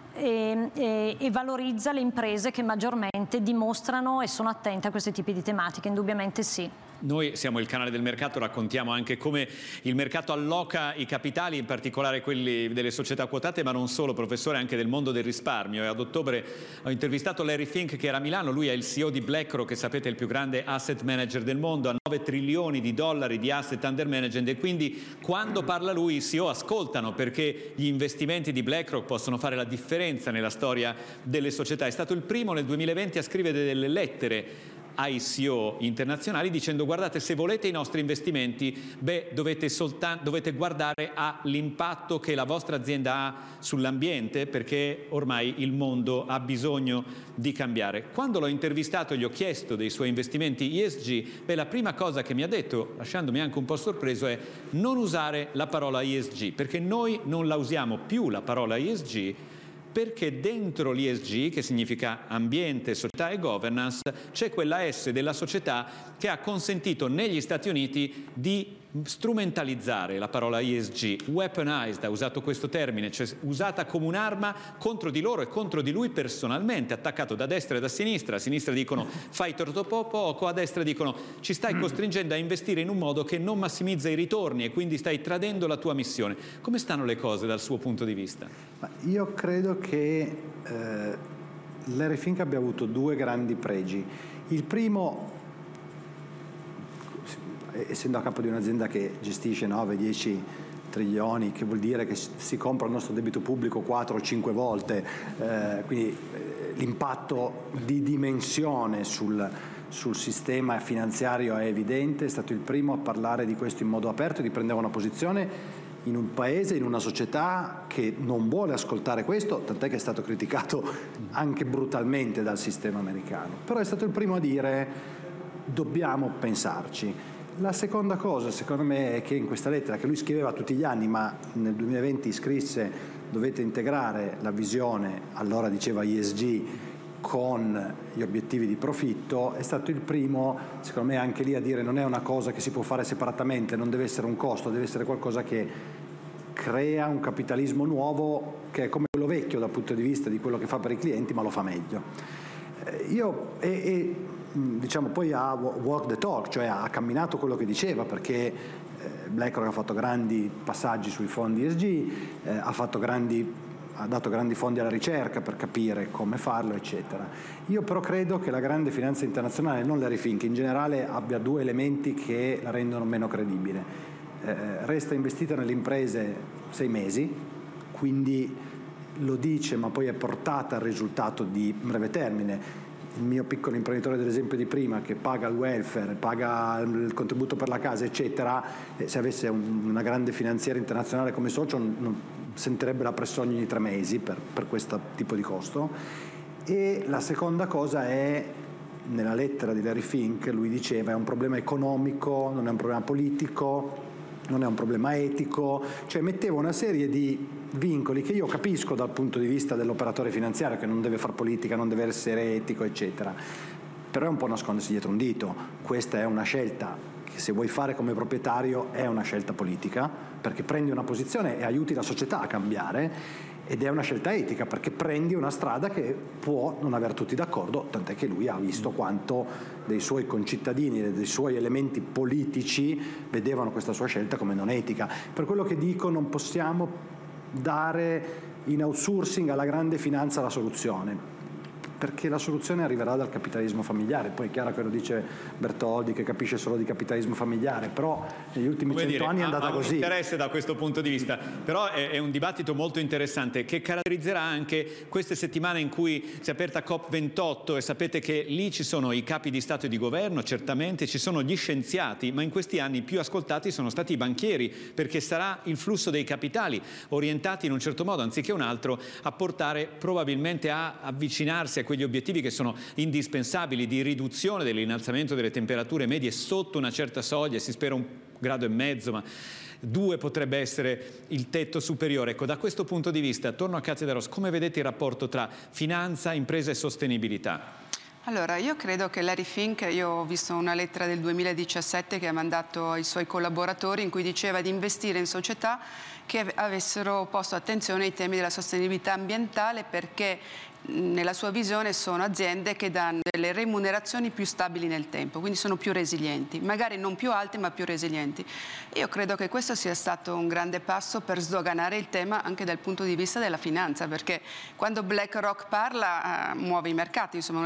e valorizza le imprese che maggiormente dimostrano e sono attente a questi tipi di tematiche, indubbiamente sì. Noi siamo il canale del mercato, raccontiamo anche come il mercato alloca i capitali, in particolare quelli delle società quotate, ma non solo, professore, anche del mondo del risparmio. E ad ottobre ho intervistato Larry Fink, che era a Milano, lui è il CEO di BlackRock, che sapete è il più grande asset manager del mondo, ha 9 trilioni di dollari di asset under management, e quindi quando parla lui i CEO ascoltano, perché gli investimenti di BlackRock possono fare la differenza differenza nella storia delle società. È stato il primo nel 2020 a scrivere delle lettere ai CEO internazionali dicendo: guardate, se volete i nostri investimenti, dovete guardare all'impatto che la vostra azienda ha sull'ambiente, perché ormai il mondo ha bisogno di cambiare. Quando l'ho intervistato e gli ho chiesto dei suoi investimenti ESG, la prima cosa che mi ha detto, lasciandomi anche un po' sorpreso, è non usare la parola ESG, perché noi non la usiamo più la parola ESG, perché dentro l'ESG, che significa ambiente, società e governance, c'è quella S della società che ha consentito negli Stati Uniti di strumentalizzare la parola ESG, weaponized, ha usato questo termine, cioè usata come un'arma contro di loro e contro di lui personalmente, attaccato da destra e da sinistra. A sinistra dicono fai troppo poco, a destra dicono ci stai costringendo a investire in un modo che non massimizza i ritorni e quindi stai tradendo la tua missione. Come stanno le cose dal suo punto di vista? Io credo che Larry Fink abbia avuto due grandi pregi. Il primo, essendo a capo di un'azienda che gestisce 9-10 trilioni, che vuol dire che si compra il nostro debito pubblico 4 o 5 volte, quindi l'impatto di dimensione sul sistema finanziario è evidente. È stato il primo a parlare di questo in modo aperto e di prendere una posizione in un paese, in una società che non vuole ascoltare questo, tant'è che è stato criticato anche brutalmente dal sistema americano. Però è stato il primo a dire dobbiamo pensarci. La seconda cosa, secondo me, è che in questa lettera, che lui scriveva tutti gli anni, ma nel 2020 scrisse dovete integrare la visione, allora diceva ESG, con gli obiettivi di profitto, è stato il primo, secondo me, anche lì a dire non è una cosa che si può fare separatamente, non deve essere un costo, deve essere qualcosa che crea un capitalismo nuovo che è come quello vecchio dal punto di vista di quello che fa per i clienti, ma lo fa meglio. Diciamo poi ha walk the talk, cioè ha camminato quello che diceva, perché BlackRock ha fatto grandi passaggi sui fondi ESG, ha dato grandi fondi alla ricerca per capire come farlo, eccetera. Io però credo che la grande finanza internazionale, non Larry Fink, in generale abbia due elementi che la rendono meno credibile. Resta investita nelle imprese 6 mesi, quindi lo dice, ma poi è portata al risultato di breve termine. Il mio piccolo imprenditore dell'esempio di prima, che paga il welfare, paga il contributo per la casa, eccetera, se avesse una grande finanziaria internazionale come socio non sentirebbe la pressione ogni 3 mesi per questo tipo di costo. E la seconda cosa è, nella lettera di Larry Fink lui diceva, è un problema economico, non è un problema politico, non è un problema etico, cioè metteva una serie di vincoli che io capisco dal punto di vista dell'operatore finanziario, che non deve fare politica, non deve essere etico, eccetera, però è un po' nascondersi dietro un dito. Questa è una scelta che, se vuoi fare come proprietario, è una scelta politica, perché prendi una posizione e aiuti la società a cambiare, ed è una scelta etica, perché prendi una strada che può non aver tutti d'accordo, tant'è che lui ha visto quanto dei suoi concittadini e dei suoi elementi politici vedevano questa sua scelta come non etica. Per quello che dico, non possiamo dare in outsourcing alla grande finanza la soluzione, perché la soluzione arriverà dal capitalismo familiare. Poi è chiaro che lo dice Bertoldi, che capisce solo di capitalismo familiare, però negli ultimi 100 anni è andata così. Ha un interesse da questo punto di vista, però è un dibattito molto interessante che caratterizzerà anche queste settimane in cui si è aperta COP28, e sapete che lì ci sono i capi di Stato e di Governo, certamente ci sono gli scienziati, ma in questi anni più ascoltati sono stati i banchieri, perché sarà il flusso dei capitali orientati in un certo modo anziché un altro a portare probabilmente a avvicinarsi a quegli obiettivi che sono indispensabili di riduzione dell'innalzamento delle temperature medie sotto una certa soglia, si spera 1,5 gradi, ma 2 potrebbe essere il tetto superiore. Ecco, da questo punto di vista, torno a Katia De Ros, come vedete il rapporto tra finanza, impresa e sostenibilità? Allora, io credo che Larry Fink, io ho visto una lettera del 2017 che ha mandato ai suoi collaboratori in cui diceva di investire in società che avessero posto attenzione ai temi della sostenibilità ambientale, perché nella sua visione sono aziende che danno delle remunerazioni più stabili nel tempo, quindi sono più resilienti, magari non più alte ma più resilienti. Io credo che questo sia stato un grande passo per sdoganare il tema anche dal punto di vista della finanza, perché quando BlackRock parla muove i mercati, insomma uno dei più grossi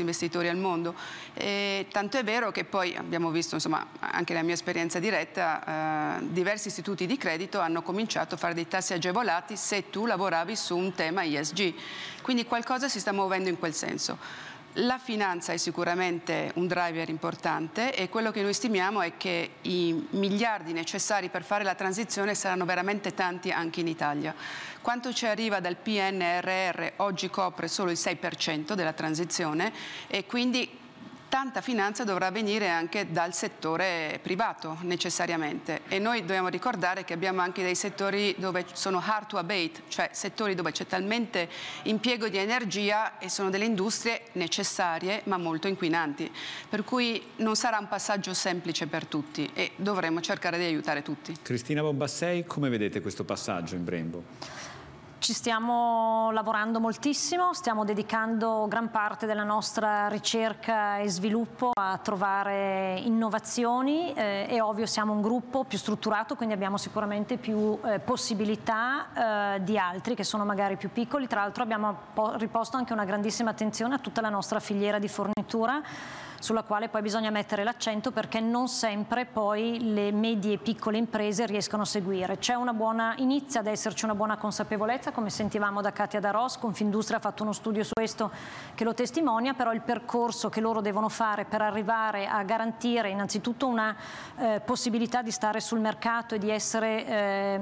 investitori al mondo. E tanto è vero che poi abbiamo visto, insomma, anche nella mia esperienza diretta, diversi istituti di credito hanno cominciato a fare dei tassi agevolati se tu lavoravi su un tema ESG. Quindi qualcosa si sta muovendo in quel senso. La finanza è sicuramente un driver importante e quello che noi stimiamo è che i miliardi necessari per fare la transizione saranno veramente tanti anche in Italia. Quanto ci arriva dal PNRR oggi copre solo il 6% della transizione e quindi tanta finanza dovrà venire anche dal settore privato necessariamente, e noi dobbiamo ricordare che abbiamo anche dei settori dove sono hard to abate, cioè settori dove c'è talmente impiego di energia e sono delle industrie necessarie ma molto inquinanti, per cui non sarà un passaggio semplice per tutti e dovremo cercare di aiutare tutti. Cristina Bombassei, come vedete questo passaggio in Brembo? Ci stiamo lavorando moltissimo, stiamo dedicando gran parte della nostra ricerca e sviluppo a trovare innovazioni. È ovvio, siamo un gruppo più strutturato, quindi abbiamo sicuramente più possibilità di altri che sono magari più piccoli. Tra l'altro abbiamo riposto anche una grandissima attenzione a tutta la nostra filiera di fornitura, sulla quale poi bisogna mettere l'accento perché non sempre poi le medie e piccole imprese riescono a seguire. Inizia ad esserci una buona consapevolezza, come sentivamo da Katia Daros. Confindustria ha fatto uno studio su questo che lo testimonia, però il percorso che loro devono fare per arrivare a garantire innanzitutto una possibilità di stare sul mercato e di essere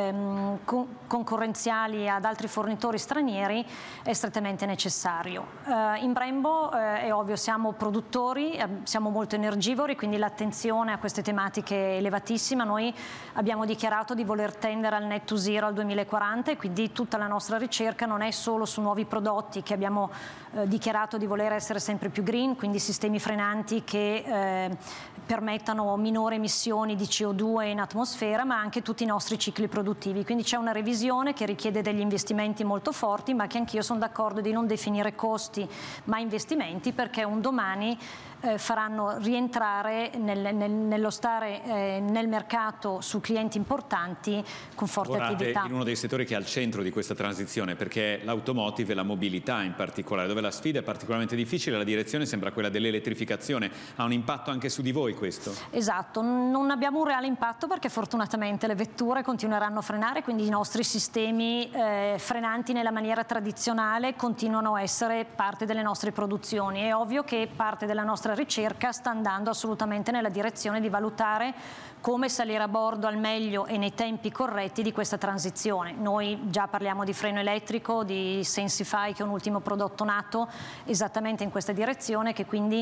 concorrenziali ad altri fornitori stranieri è strettamente necessario. In Brembo è ovvio, siamo produttori, siamo molto energivori, quindi l'attenzione a queste tematiche è elevatissima. Noi abbiamo dichiarato di voler tendere al net to zero al 2040 e quindi tutta la nostra ricerca non è solo su nuovi prodotti, che abbiamo dichiarato di voler essere sempre più green, quindi sistemi frenanti che permettano minore emissioni di CO2 in atmosfera, ma anche tutti i nostri cicli produttivi. Quindi c'è una revisione che richiede degli investimenti molto forti, ma che anch'io sono d'accordo di non definire costi ma investimenti, perché un domani faranno rientrare nello stare nel mercato su clienti importanti con forte attività. In uno dei settori che è al centro di questa transizione, perché l'automotive e la mobilità in particolare, dove la sfida è particolarmente difficile, la direzione sembra quella dell'elettrificazione. Ha un impatto anche su di voi questo? Esatto, non abbiamo un reale impatto perché fortunatamente le vetture continueranno a frenare, quindi i nostri sistemi frenanti nella maniera tradizionale continuano a essere parte delle nostre produzioni. È ovvio che parte della nostra ricerca sta andando assolutamente nella direzione di valutare come salire a bordo al meglio e nei tempi corretti di questa transizione. Noi già parliamo di freno elettrico, di Sensify, che è un ultimo prodotto nato esattamente in questa direzione, che quindi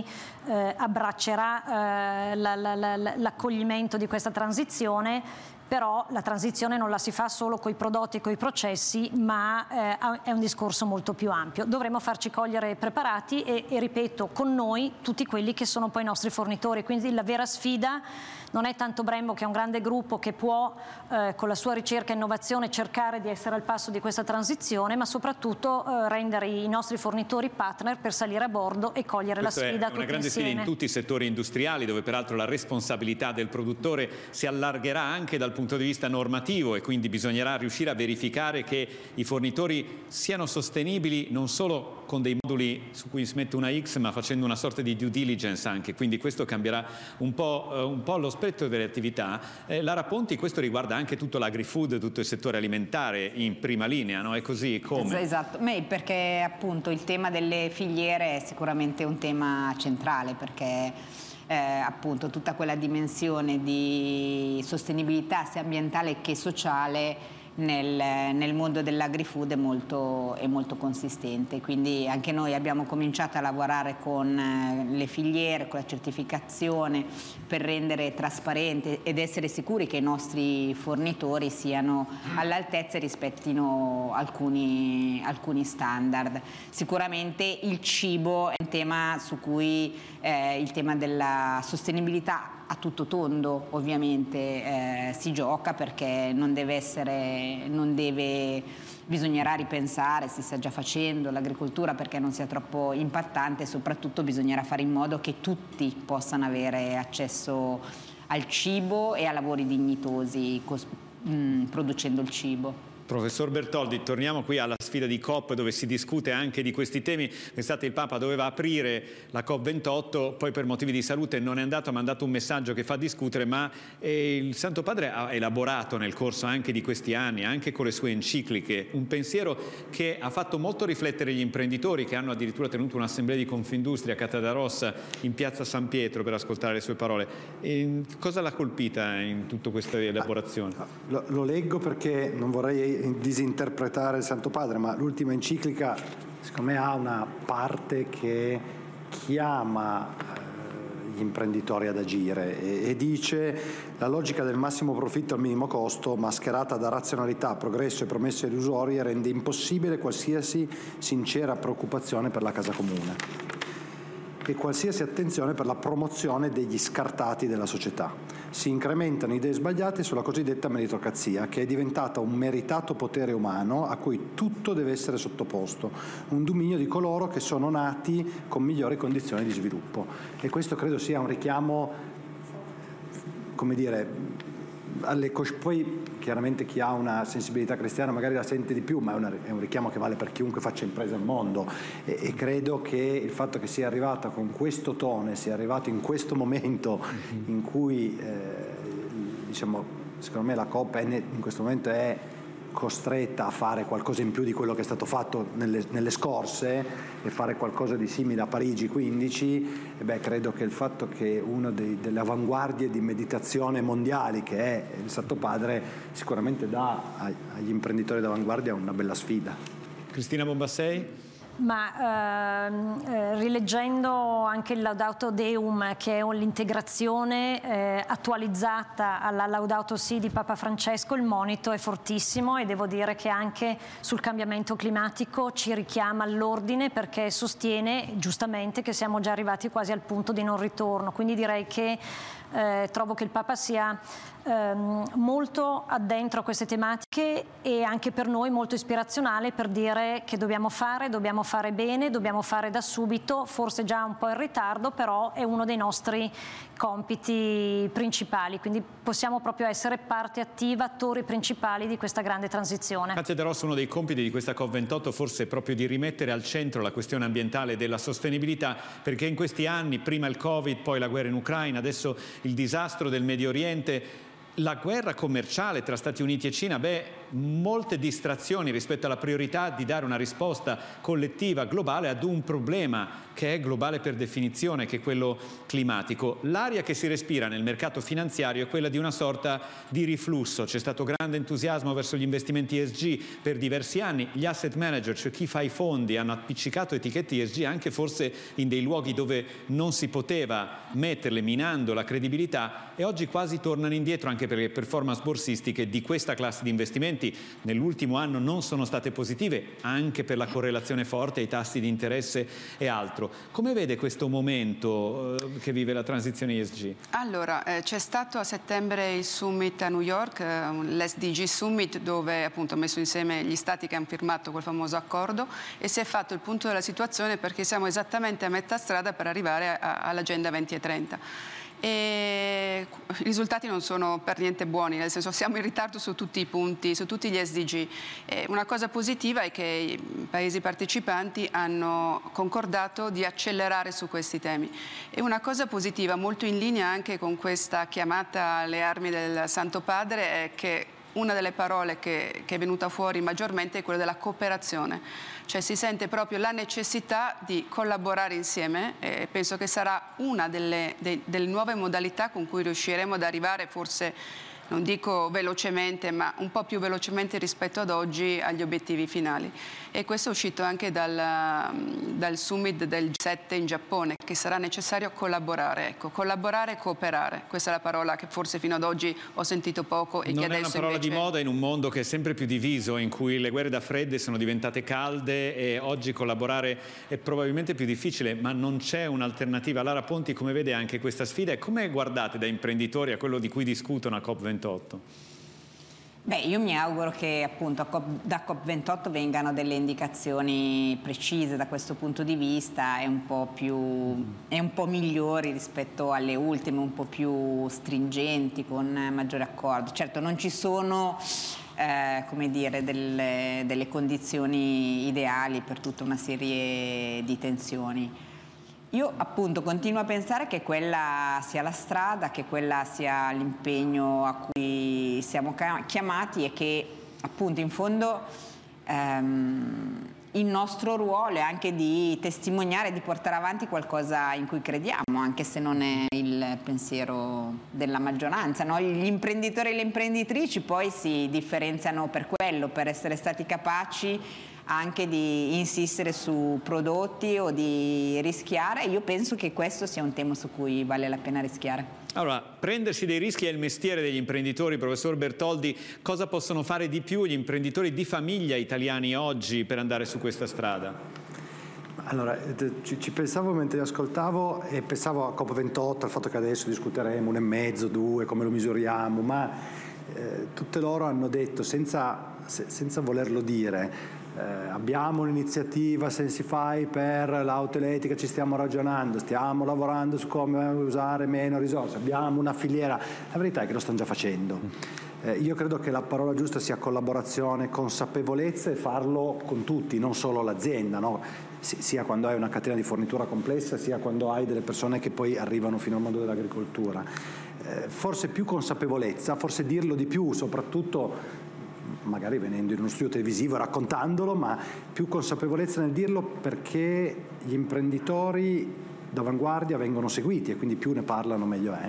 abbraccerà l'accoglimento di questa transizione. Però la transizione non la si fa solo con i prodotti e con i processi, ma è un discorso molto più ampio. Dovremo farci cogliere preparati e ripeto, con noi tutti quelli che sono poi i nostri fornitori. Quindi la vera sfida non è tanto Brembo, che è un grande gruppo che può con la sua ricerca e innovazione cercare di essere al passo di questa transizione, ma soprattutto rendere i nostri fornitori partner per salire a bordo e cogliere la sfida tutti insieme. È una grande sfida in tutti i settori industriali, dove peraltro la responsabilità del produttore si allargherà anche dal punto di vista normativo, e quindi bisognerà riuscire a verificare che i fornitori siano sostenibili non solo con dei moduli su cui si mette una X, ma facendo una sorta di due diligence anche, quindi questo cambierà un po' lo spettro delle attività. Lara Ponti, questo riguarda anche tutto l'agri-food, tutto il settore alimentare in prima linea, no? È così come? Esatto, perché appunto il tema delle filiere è sicuramente un tema centrale, perché appunto tutta quella dimensione di sostenibilità sia ambientale che sociale nel mondo dell'agri-food è molto consistente, quindi anche noi abbiamo cominciato a lavorare con le filiere, con la certificazione, per rendere trasparente ed essere sicuri che i nostri fornitori siano all'altezza e rispettino alcuni standard. Sicuramente il cibo è un tema su cui il tema della sostenibilità a tutto tondo ovviamente si gioca, perché bisognerà ripensare, si sta già facendo, l'agricoltura perché non sia troppo impattante, e soprattutto bisognerà fare in modo che tutti possano avere accesso al cibo e a lavori dignitosi producendo il cibo. Professor Bertoldi, torniamo qui alla sfida di COP dove si discute anche di questi temi. Pensate, il Papa doveva aprire la COP28, poi per motivi di salute non è andato, ha mandato un messaggio che fa discutere, ma il Santo Padre ha elaborato nel corso anche di questi anni, anche con le sue encicliche, un pensiero che ha fatto molto riflettere gli imprenditori, che hanno addirittura tenuto un'assemblea di Confindustria a Catarossa in piazza San Pietro per ascoltare le sue parole. E cosa l'ha colpita in tutta questa elaborazione? Lo leggo perché non vorrei disinterpretare il Santo Padre, ma l'ultima enciclica secondo me ha una parte che chiama gli imprenditori ad agire e dice: la logica del massimo profitto al minimo costo, mascherata da razionalità, progresso e promesse illusorie, rende impossibile qualsiasi sincera preoccupazione per la casa comune e qualsiasi attenzione per la promozione degli scartati della società. Si incrementano idee sbagliate sulla cosiddetta meritocrazia, che è diventata un meritato potere umano a cui tutto deve essere sottoposto, un dominio di coloro che sono nati con migliori condizioni di sviluppo. E questo credo sia un richiamo, come dire, poi chiaramente chi ha una sensibilità cristiana magari la sente di più, ma è un richiamo che vale per chiunque faccia impresa al mondo, e credo che il fatto che sia arrivata con questo tono, sia arrivato in questo momento in cui diciamo, secondo me la COP in questo momento è costretta a fare qualcosa in più di quello che è stato fatto nelle scorse, e fare qualcosa di simile a Parigi 15, credo che il fatto che una delle avanguardie di meditazione mondiali, che è il Santo Padre, sicuramente dà agli imprenditori d'avanguardia una bella sfida. Cristina Bombassei? Ma rileggendo anche il Laudato Deum, che è l'integrazione attualizzata alla Laudato Si di Papa Francesco, il monito è fortissimo, e devo dire che anche sul cambiamento climatico ci richiama all'ordine, perché sostiene giustamente che siamo già arrivati quasi al punto di non ritorno. Quindi direi che trovo che il Papa sia molto addentro a queste tematiche, e anche per noi molto ispirazionale, per dire che dobbiamo fare bene, dobbiamo fare da subito, forse già un po' in ritardo, però è uno dei nostri compiti principali, quindi possiamo proprio essere parte attiva, attori principali di questa grande transizione. Grazie De Rosso, uno dei compiti di questa COP28 forse è proprio di rimettere al centro la questione ambientale e della sostenibilità, perché in questi anni, prima il Covid, poi la guerra in Ucraina, adesso il disastro del Medio Oriente, la guerra commerciale tra Stati Uniti e Cina, molte distrazioni rispetto alla priorità di dare una risposta collettiva globale ad un problema che è globale per definizione, che è quello climatico. L'aria che si respira nel mercato finanziario è quella di una sorta di riflusso. C'è stato grande entusiasmo verso gli investimenti ESG per diversi anni. Gli asset manager, cioè chi fa i fondi, hanno appiccicato etichette ESG anche forse in dei luoghi dove non si poteva metterle, minando la credibilità, e oggi quasi tornano indietro, anche perché le performance borsistiche di questa classe di investimenti nell'ultimo anno non sono state positive, anche per la correlazione forte ai tassi di interesse e altro. Come vede questo momento che vive la transizione ESG? Allora, c'è stato a settembre il summit a New York, l'SDG Summit, dove appunto ha messo insieme gli stati che hanno firmato quel famoso accordo, e si è fatto il punto della situazione, perché siamo esattamente a metà strada per arrivare all'Agenda 2030. E i risultati non sono per niente buoni, nel senso siamo in ritardo su tutti i punti, su tutti gli SDG. Una cosa positiva è che i paesi partecipanti hanno concordato di accelerare su questi temi. E una cosa positiva, molto in linea anche con questa chiamata alle armi del Santo Padre, è che una delle parole che è venuta fuori maggiormente è quella della cooperazione. Cioè si sente proprio la necessità di collaborare insieme, e penso che sarà una delle nuove modalità con cui riusciremo ad arrivare, forse non dico velocemente, ma un po' più velocemente rispetto ad oggi, agli obiettivi finali. E questo è uscito anche dal summit del G7 in Giappone, che sarà necessario collaborare. Ecco, collaborare e cooperare. Questa è la parola che forse fino ad oggi ho sentito poco e che adesso non è una parola invece... di moda in un mondo che è sempre più diviso, in cui le guerre da fredde sono diventate calde, e oggi collaborare è probabilmente più difficile, ma non c'è un'alternativa. Lara Ponti, come vede anche questa sfida e come guardate da imprenditori a quello di cui discutono a COP28? Io mi auguro che appunto da COP28 vengano delle indicazioni precise da questo punto di vista, e un po' migliori rispetto alle ultime, un po' più stringenti, con maggiore accordo. Certo non ci sono come dire, delle condizioni ideali per tutta una serie di tensioni. Io appunto continuo a pensare che quella sia la strada, che quella sia l'impegno a cui siamo chiamati e che appunto in fondo il nostro ruolo è anche di testimoniare, di portare avanti qualcosa in cui crediamo, anche se non è il pensiero della maggioranza, no? Gli imprenditori e le imprenditrici poi si differenziano per quello, per essere stati capaci anche di insistere su prodotti o di rischiare. Io penso che questo sia un tema su cui vale la pena rischiare. Allora, prendersi dei rischi è il mestiere degli imprenditori. Professor Bertoldi, cosa possono fare di più gli imprenditori di famiglia italiani oggi per andare su questa strada? Allora, ci pensavo mentre ascoltavo e pensavo a COP28, al fatto che adesso discuteremo 1,5, 2, come lo misuriamo, ma tutte loro hanno detto, senza volerlo dire, abbiamo un'iniziativa Sensify per l'auto elettrica, ci stiamo ragionando, stiamo lavorando su come usare meno risorse, abbiamo una filiera. La verità è che lo stanno già facendo. Io credo che la parola giusta sia collaborazione, consapevolezza e farlo con tutti, non solo l'azienda, no? Sia quando hai una catena di fornitura complessa, sia quando hai delle persone che poi arrivano fino al mondo dell'agricoltura. Forse più consapevolezza, forse dirlo di più, soprattutto magari venendo in uno studio televisivo, raccontandolo, ma più consapevolezza nel dirlo, perché gli imprenditori d'avanguardia vengono seguiti e quindi più ne parlano meglio è,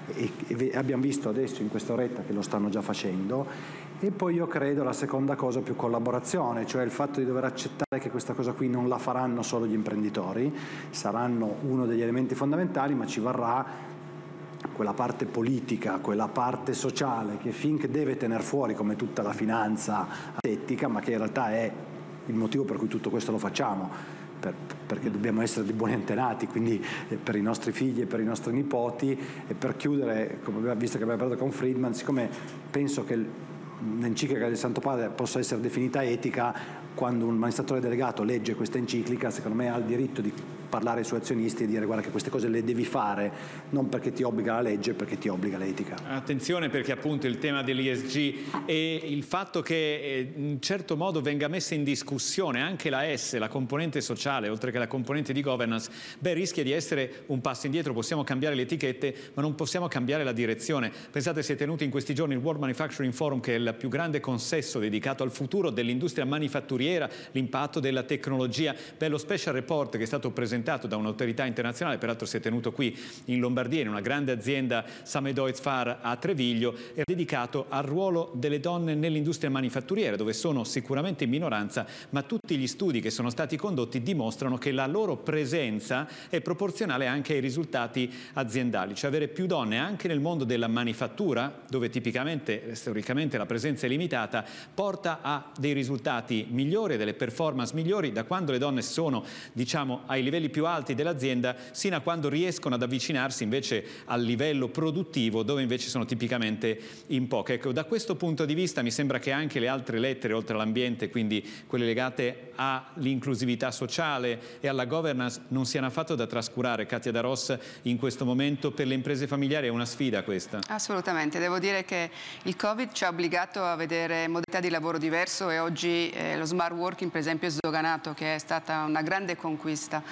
e abbiamo visto adesso in questa oretta che lo stanno già facendo. E poi io credo la seconda cosa, più collaborazione, cioè il fatto di dover accettare che questa cosa qui non la faranno solo gli imprenditori, saranno uno degli elementi fondamentali, ma ci varrà quella parte politica, quella parte sociale che finché deve tener fuori, come tutta la finanza asettica, ma che in realtà è il motivo per cui tutto questo lo facciamo, perché dobbiamo essere dei buoni antenati, quindi per i nostri figli e per i nostri nipoti. E per chiudere, visto che abbiamo parlato con Friedman, siccome penso che l'enciclica del Santo Padre possa essere definita etica, quando un amministratore delegato legge questa enciclica, secondo me ha il diritto di parlare ai suoi azionisti e dire: guarda che queste cose le devi fare, non perché ti obbliga la legge, perché ti obbliga l'etica. Attenzione, perché appunto il tema dell'ESG e il fatto che in certo modo venga messa in discussione anche la S, la componente sociale, oltre che la componente di governance, rischia di essere un passo indietro. Possiamo cambiare le etichette, ma non possiamo cambiare la direzione. Pensate, si è tenuto in questi giorni il World Manufacturing Forum, che è il più grande consesso dedicato al futuro dell'industria manifatturiera, l'impatto della tecnologia. Lo special report che è stato presentato da un'autorità internazionale, peraltro si è tenuto qui in Lombardia, in una grande azienda Samedoiz-Far a Treviglio, è dedicato al ruolo delle donne nell'industria manifatturiera, dove sono sicuramente in minoranza, ma tutti gli studi che sono stati condotti dimostrano che la loro presenza è proporzionale anche ai risultati aziendali, cioè avere più donne anche nel mondo della manifattura, dove tipicamente, storicamente, la presenza è limitata, porta a dei risultati migliori, delle performance migliori, da quando le donne sono, diciamo, ai livelli più alti dell'azienda, sino a quando riescono ad avvicinarsi invece al livello produttivo, dove invece sono tipicamente in poche. Ecco, da questo punto di vista mi sembra che anche le altre lettere, oltre all'ambiente, quindi quelle legate all'inclusività sociale e alla governance, non siano affatto da trascurare. Katia Darros, in questo momento per le imprese familiari è una sfida questa? Assolutamente, devo dire che il Covid ci ha obbligato a vedere modalità di lavoro diverso e oggi lo smart working per esempio è sdoganato, che è stata una grande conquista.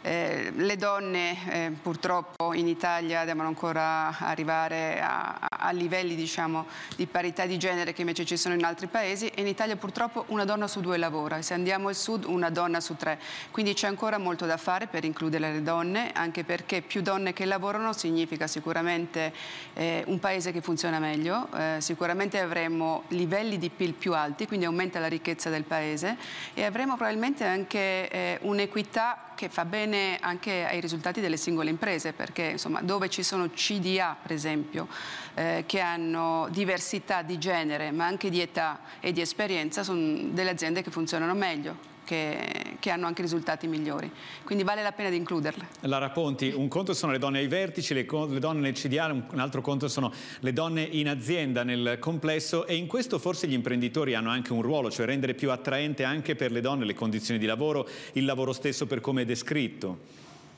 Le donne purtroppo in Italia devono ancora arrivare a livelli, diciamo, di parità di genere che invece ci sono in altri paesi, e in Italia purtroppo una donna su 2 lavora, e se andiamo al sud una donna su 3, quindi c'è ancora molto da fare per includere le donne, anche perché più donne che lavorano significa sicuramente un paese che funziona meglio, sicuramente avremo livelli di PIL più alti, quindi aumenta la ricchezza del paese, e avremo probabilmente anche un'equità che fa bene anche ai risultati delle singole imprese, perché insomma dove ci sono CDA per esempio che hanno diversità di genere ma anche di età e di esperienza, sono delle aziende che funzionano meglio, che hanno anche risultati migliori, quindi vale la pena di includerle. Lara Ponti, un conto sono le donne ai vertici, le donne nel CDA, un altro conto sono le donne in azienda nel complesso, e in questo forse gli imprenditori hanno anche un ruolo, cioè rendere più attraente anche per le donne le condizioni di lavoro, il lavoro stesso per come è descritto.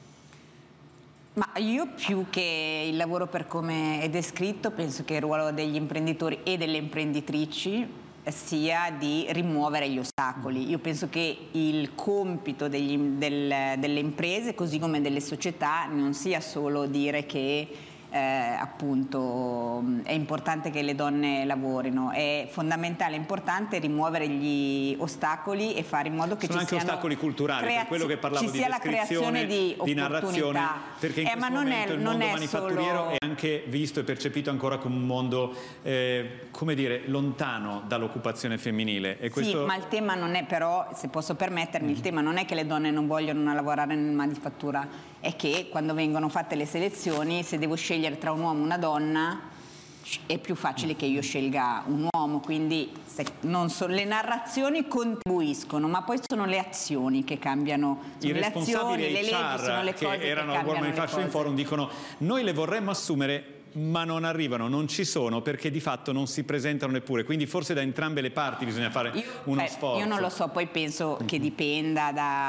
Ma io, più che il lavoro per come è descritto, penso che il ruolo degli imprenditori e delle imprenditrici sia di rimuovere gli ostacoli. Io penso che il compito delle imprese, così come delle società, non sia solo dire che appunto è importante che le donne lavorino, è fondamentale, è importante rimuovere gli ostacoli e fare in modo che sono ci anche siano ostacoli culturali, per quello che parlavo di descrizione, di narrazione, perché in questo momento il mondo manifatturiero è anche visto e percepito ancora come un mondo come dire, lontano dall'occupazione femminile. E questo... Sì, ma il tema non è, però, se posso permettermi, il tema non è che le donne non vogliono lavorare nel manifattura, è che quando vengono fatte le selezioni, se devo scegliere tra un uomo e una donna, è più facile che io scelga un uomo. Quindi le narrazioni contribuiscono, ma poi sono le azioni che cambiano. I responsabili le leggi, sono le cose che erano al World Manufacturing Forum dicono: noi le vorremmo assumere, ma non arrivano, non ci sono, perché di fatto non si presentano neppure. Quindi forse da entrambe le parti bisogna fare uno sforzo. Io non lo so, poi penso che dipenda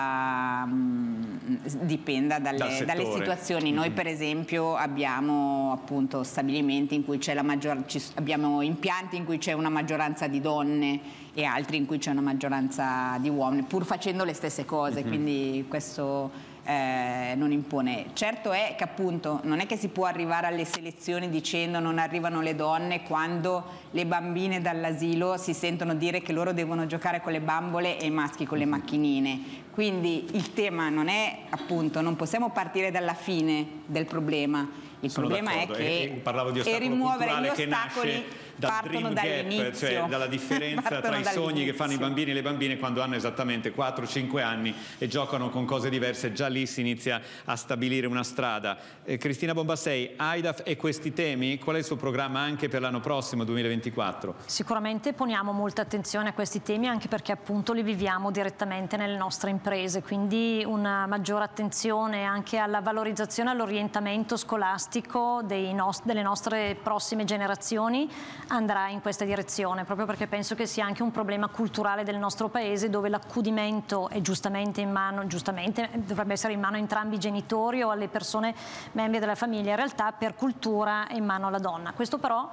dalle situazioni. Noi per esempio abbiamo appunto stabilimenti in cui c'è abbiamo impianti in cui c'è una maggioranza di donne e altri in cui c'è una maggioranza di uomini, pur facendo le stesse cose, quindi questo non impone. Certo è che appunto non è che si può arrivare alle selezioni dicendo non arrivano le donne quando le bambine dall'asilo si sentono dire che loro devono giocare con le bambole e i maschi con le macchinine. Quindi il tema non è, appunto, non possiamo partire dalla fine del problema. Il problema è che parlavo di rimuovere gli ostacoli partono dall'inizio, cioè dalla differenza tra i sogni che fanno i bambini e le bambine quando hanno esattamente 4-5 anni e giocano con cose diverse. Già lì si inizia a stabilire una strada. Cristina Bombassei, AIDAF e questi temi, qual è il suo programma anche per l'anno prossimo, 2024? Sicuramente poniamo molta attenzione a questi temi, anche perché appunto li viviamo direttamente nelle nostre imprese, quindi una maggiore attenzione anche alla valorizzazione, all'orientamento scolastico delle nostre prossime generazioni andrà in questa direzione, proprio perché penso che sia anche un problema culturale del nostro paese, dove l'accudimento è giustamente dovrebbe essere in mano a entrambi i genitori o alle persone membri della famiglia. In realtà per cultura è in mano alla donna. Questo però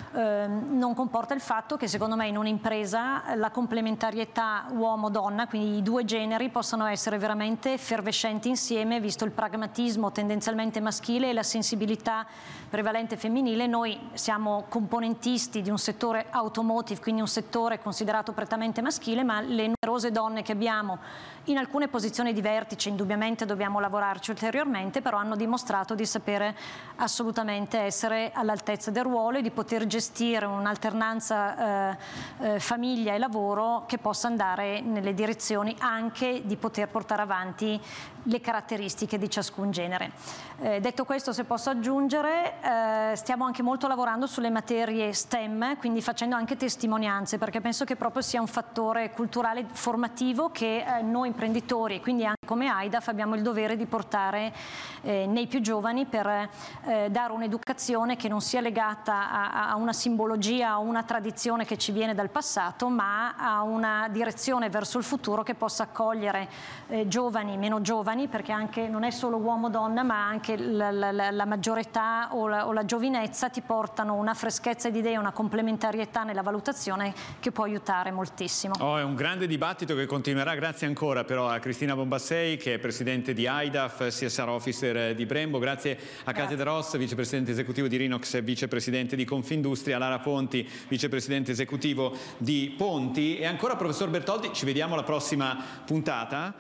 non comporta il fatto che secondo me in un'impresa la complementarietà uomo-donna, quindi i due generi, possano essere veramente effervescenti insieme, visto il pragmatismo tendenzialmente maschile e la sensibilità prevalente femminile. Noi siamo componentisti di un settore automotive, quindi un settore considerato prettamente maschile, ma le numerose donne che abbiamo in alcune posizioni di vertice, indubbiamente dobbiamo lavorarci ulteriormente, però hanno dimostrato di sapere assolutamente essere all'altezza del ruolo e di poter gestire un'alternanza famiglia e lavoro che possa andare nelle direzioni anche di poter portare avanti le caratteristiche di ciascun genere. Detto questo, se posso aggiungere, stiamo anche molto lavorando sulle materie STEM, quindi facendo anche testimonianze, perché penso che proprio sia un fattore culturale formativo che noi imprenditori e quindi anche come AIDAF abbiamo il dovere di portare nei più giovani, per dare un'educazione che non sia legata a una simbologia o una tradizione che ci viene dal passato, ma a una direzione verso il futuro che possa accogliere giovani, meno giovani, perché anche non è solo uomo-donna, ma anche la maggiore età o la giovinezza ti portano una freschezza di idee, una complementarietà nella valutazione che può aiutare moltissimo. È un grande dibattito che continuerà. Grazie ancora però a Cristina Bombassei, che è presidente di AIDAF, CSR Officer di Brembo. Grazie a Katia De Ross, vicepresidente esecutivo di Rinox e vicepresidente di Confindustria, Lara Ponti, vicepresidente esecutivo di Ponti, e ancora professor Bertoldi. Ci vediamo alla prossima puntata.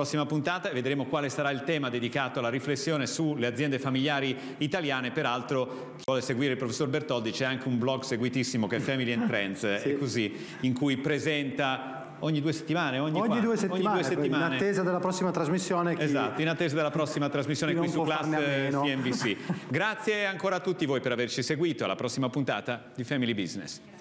E vedremo quale sarà il tema dedicato alla riflessione sulle aziende familiari italiane. Peraltro, chi vuole seguire il professor Bertoldi, c'è anche un blog seguitissimo che è Family and Trends, sì, così, in cui presenta ogni due settimane, in attesa della prossima trasmissione. Esatto, in attesa della prossima trasmissione qui su Class CNBC. Grazie ancora a tutti voi per averci seguito. Alla prossima puntata di Family Business.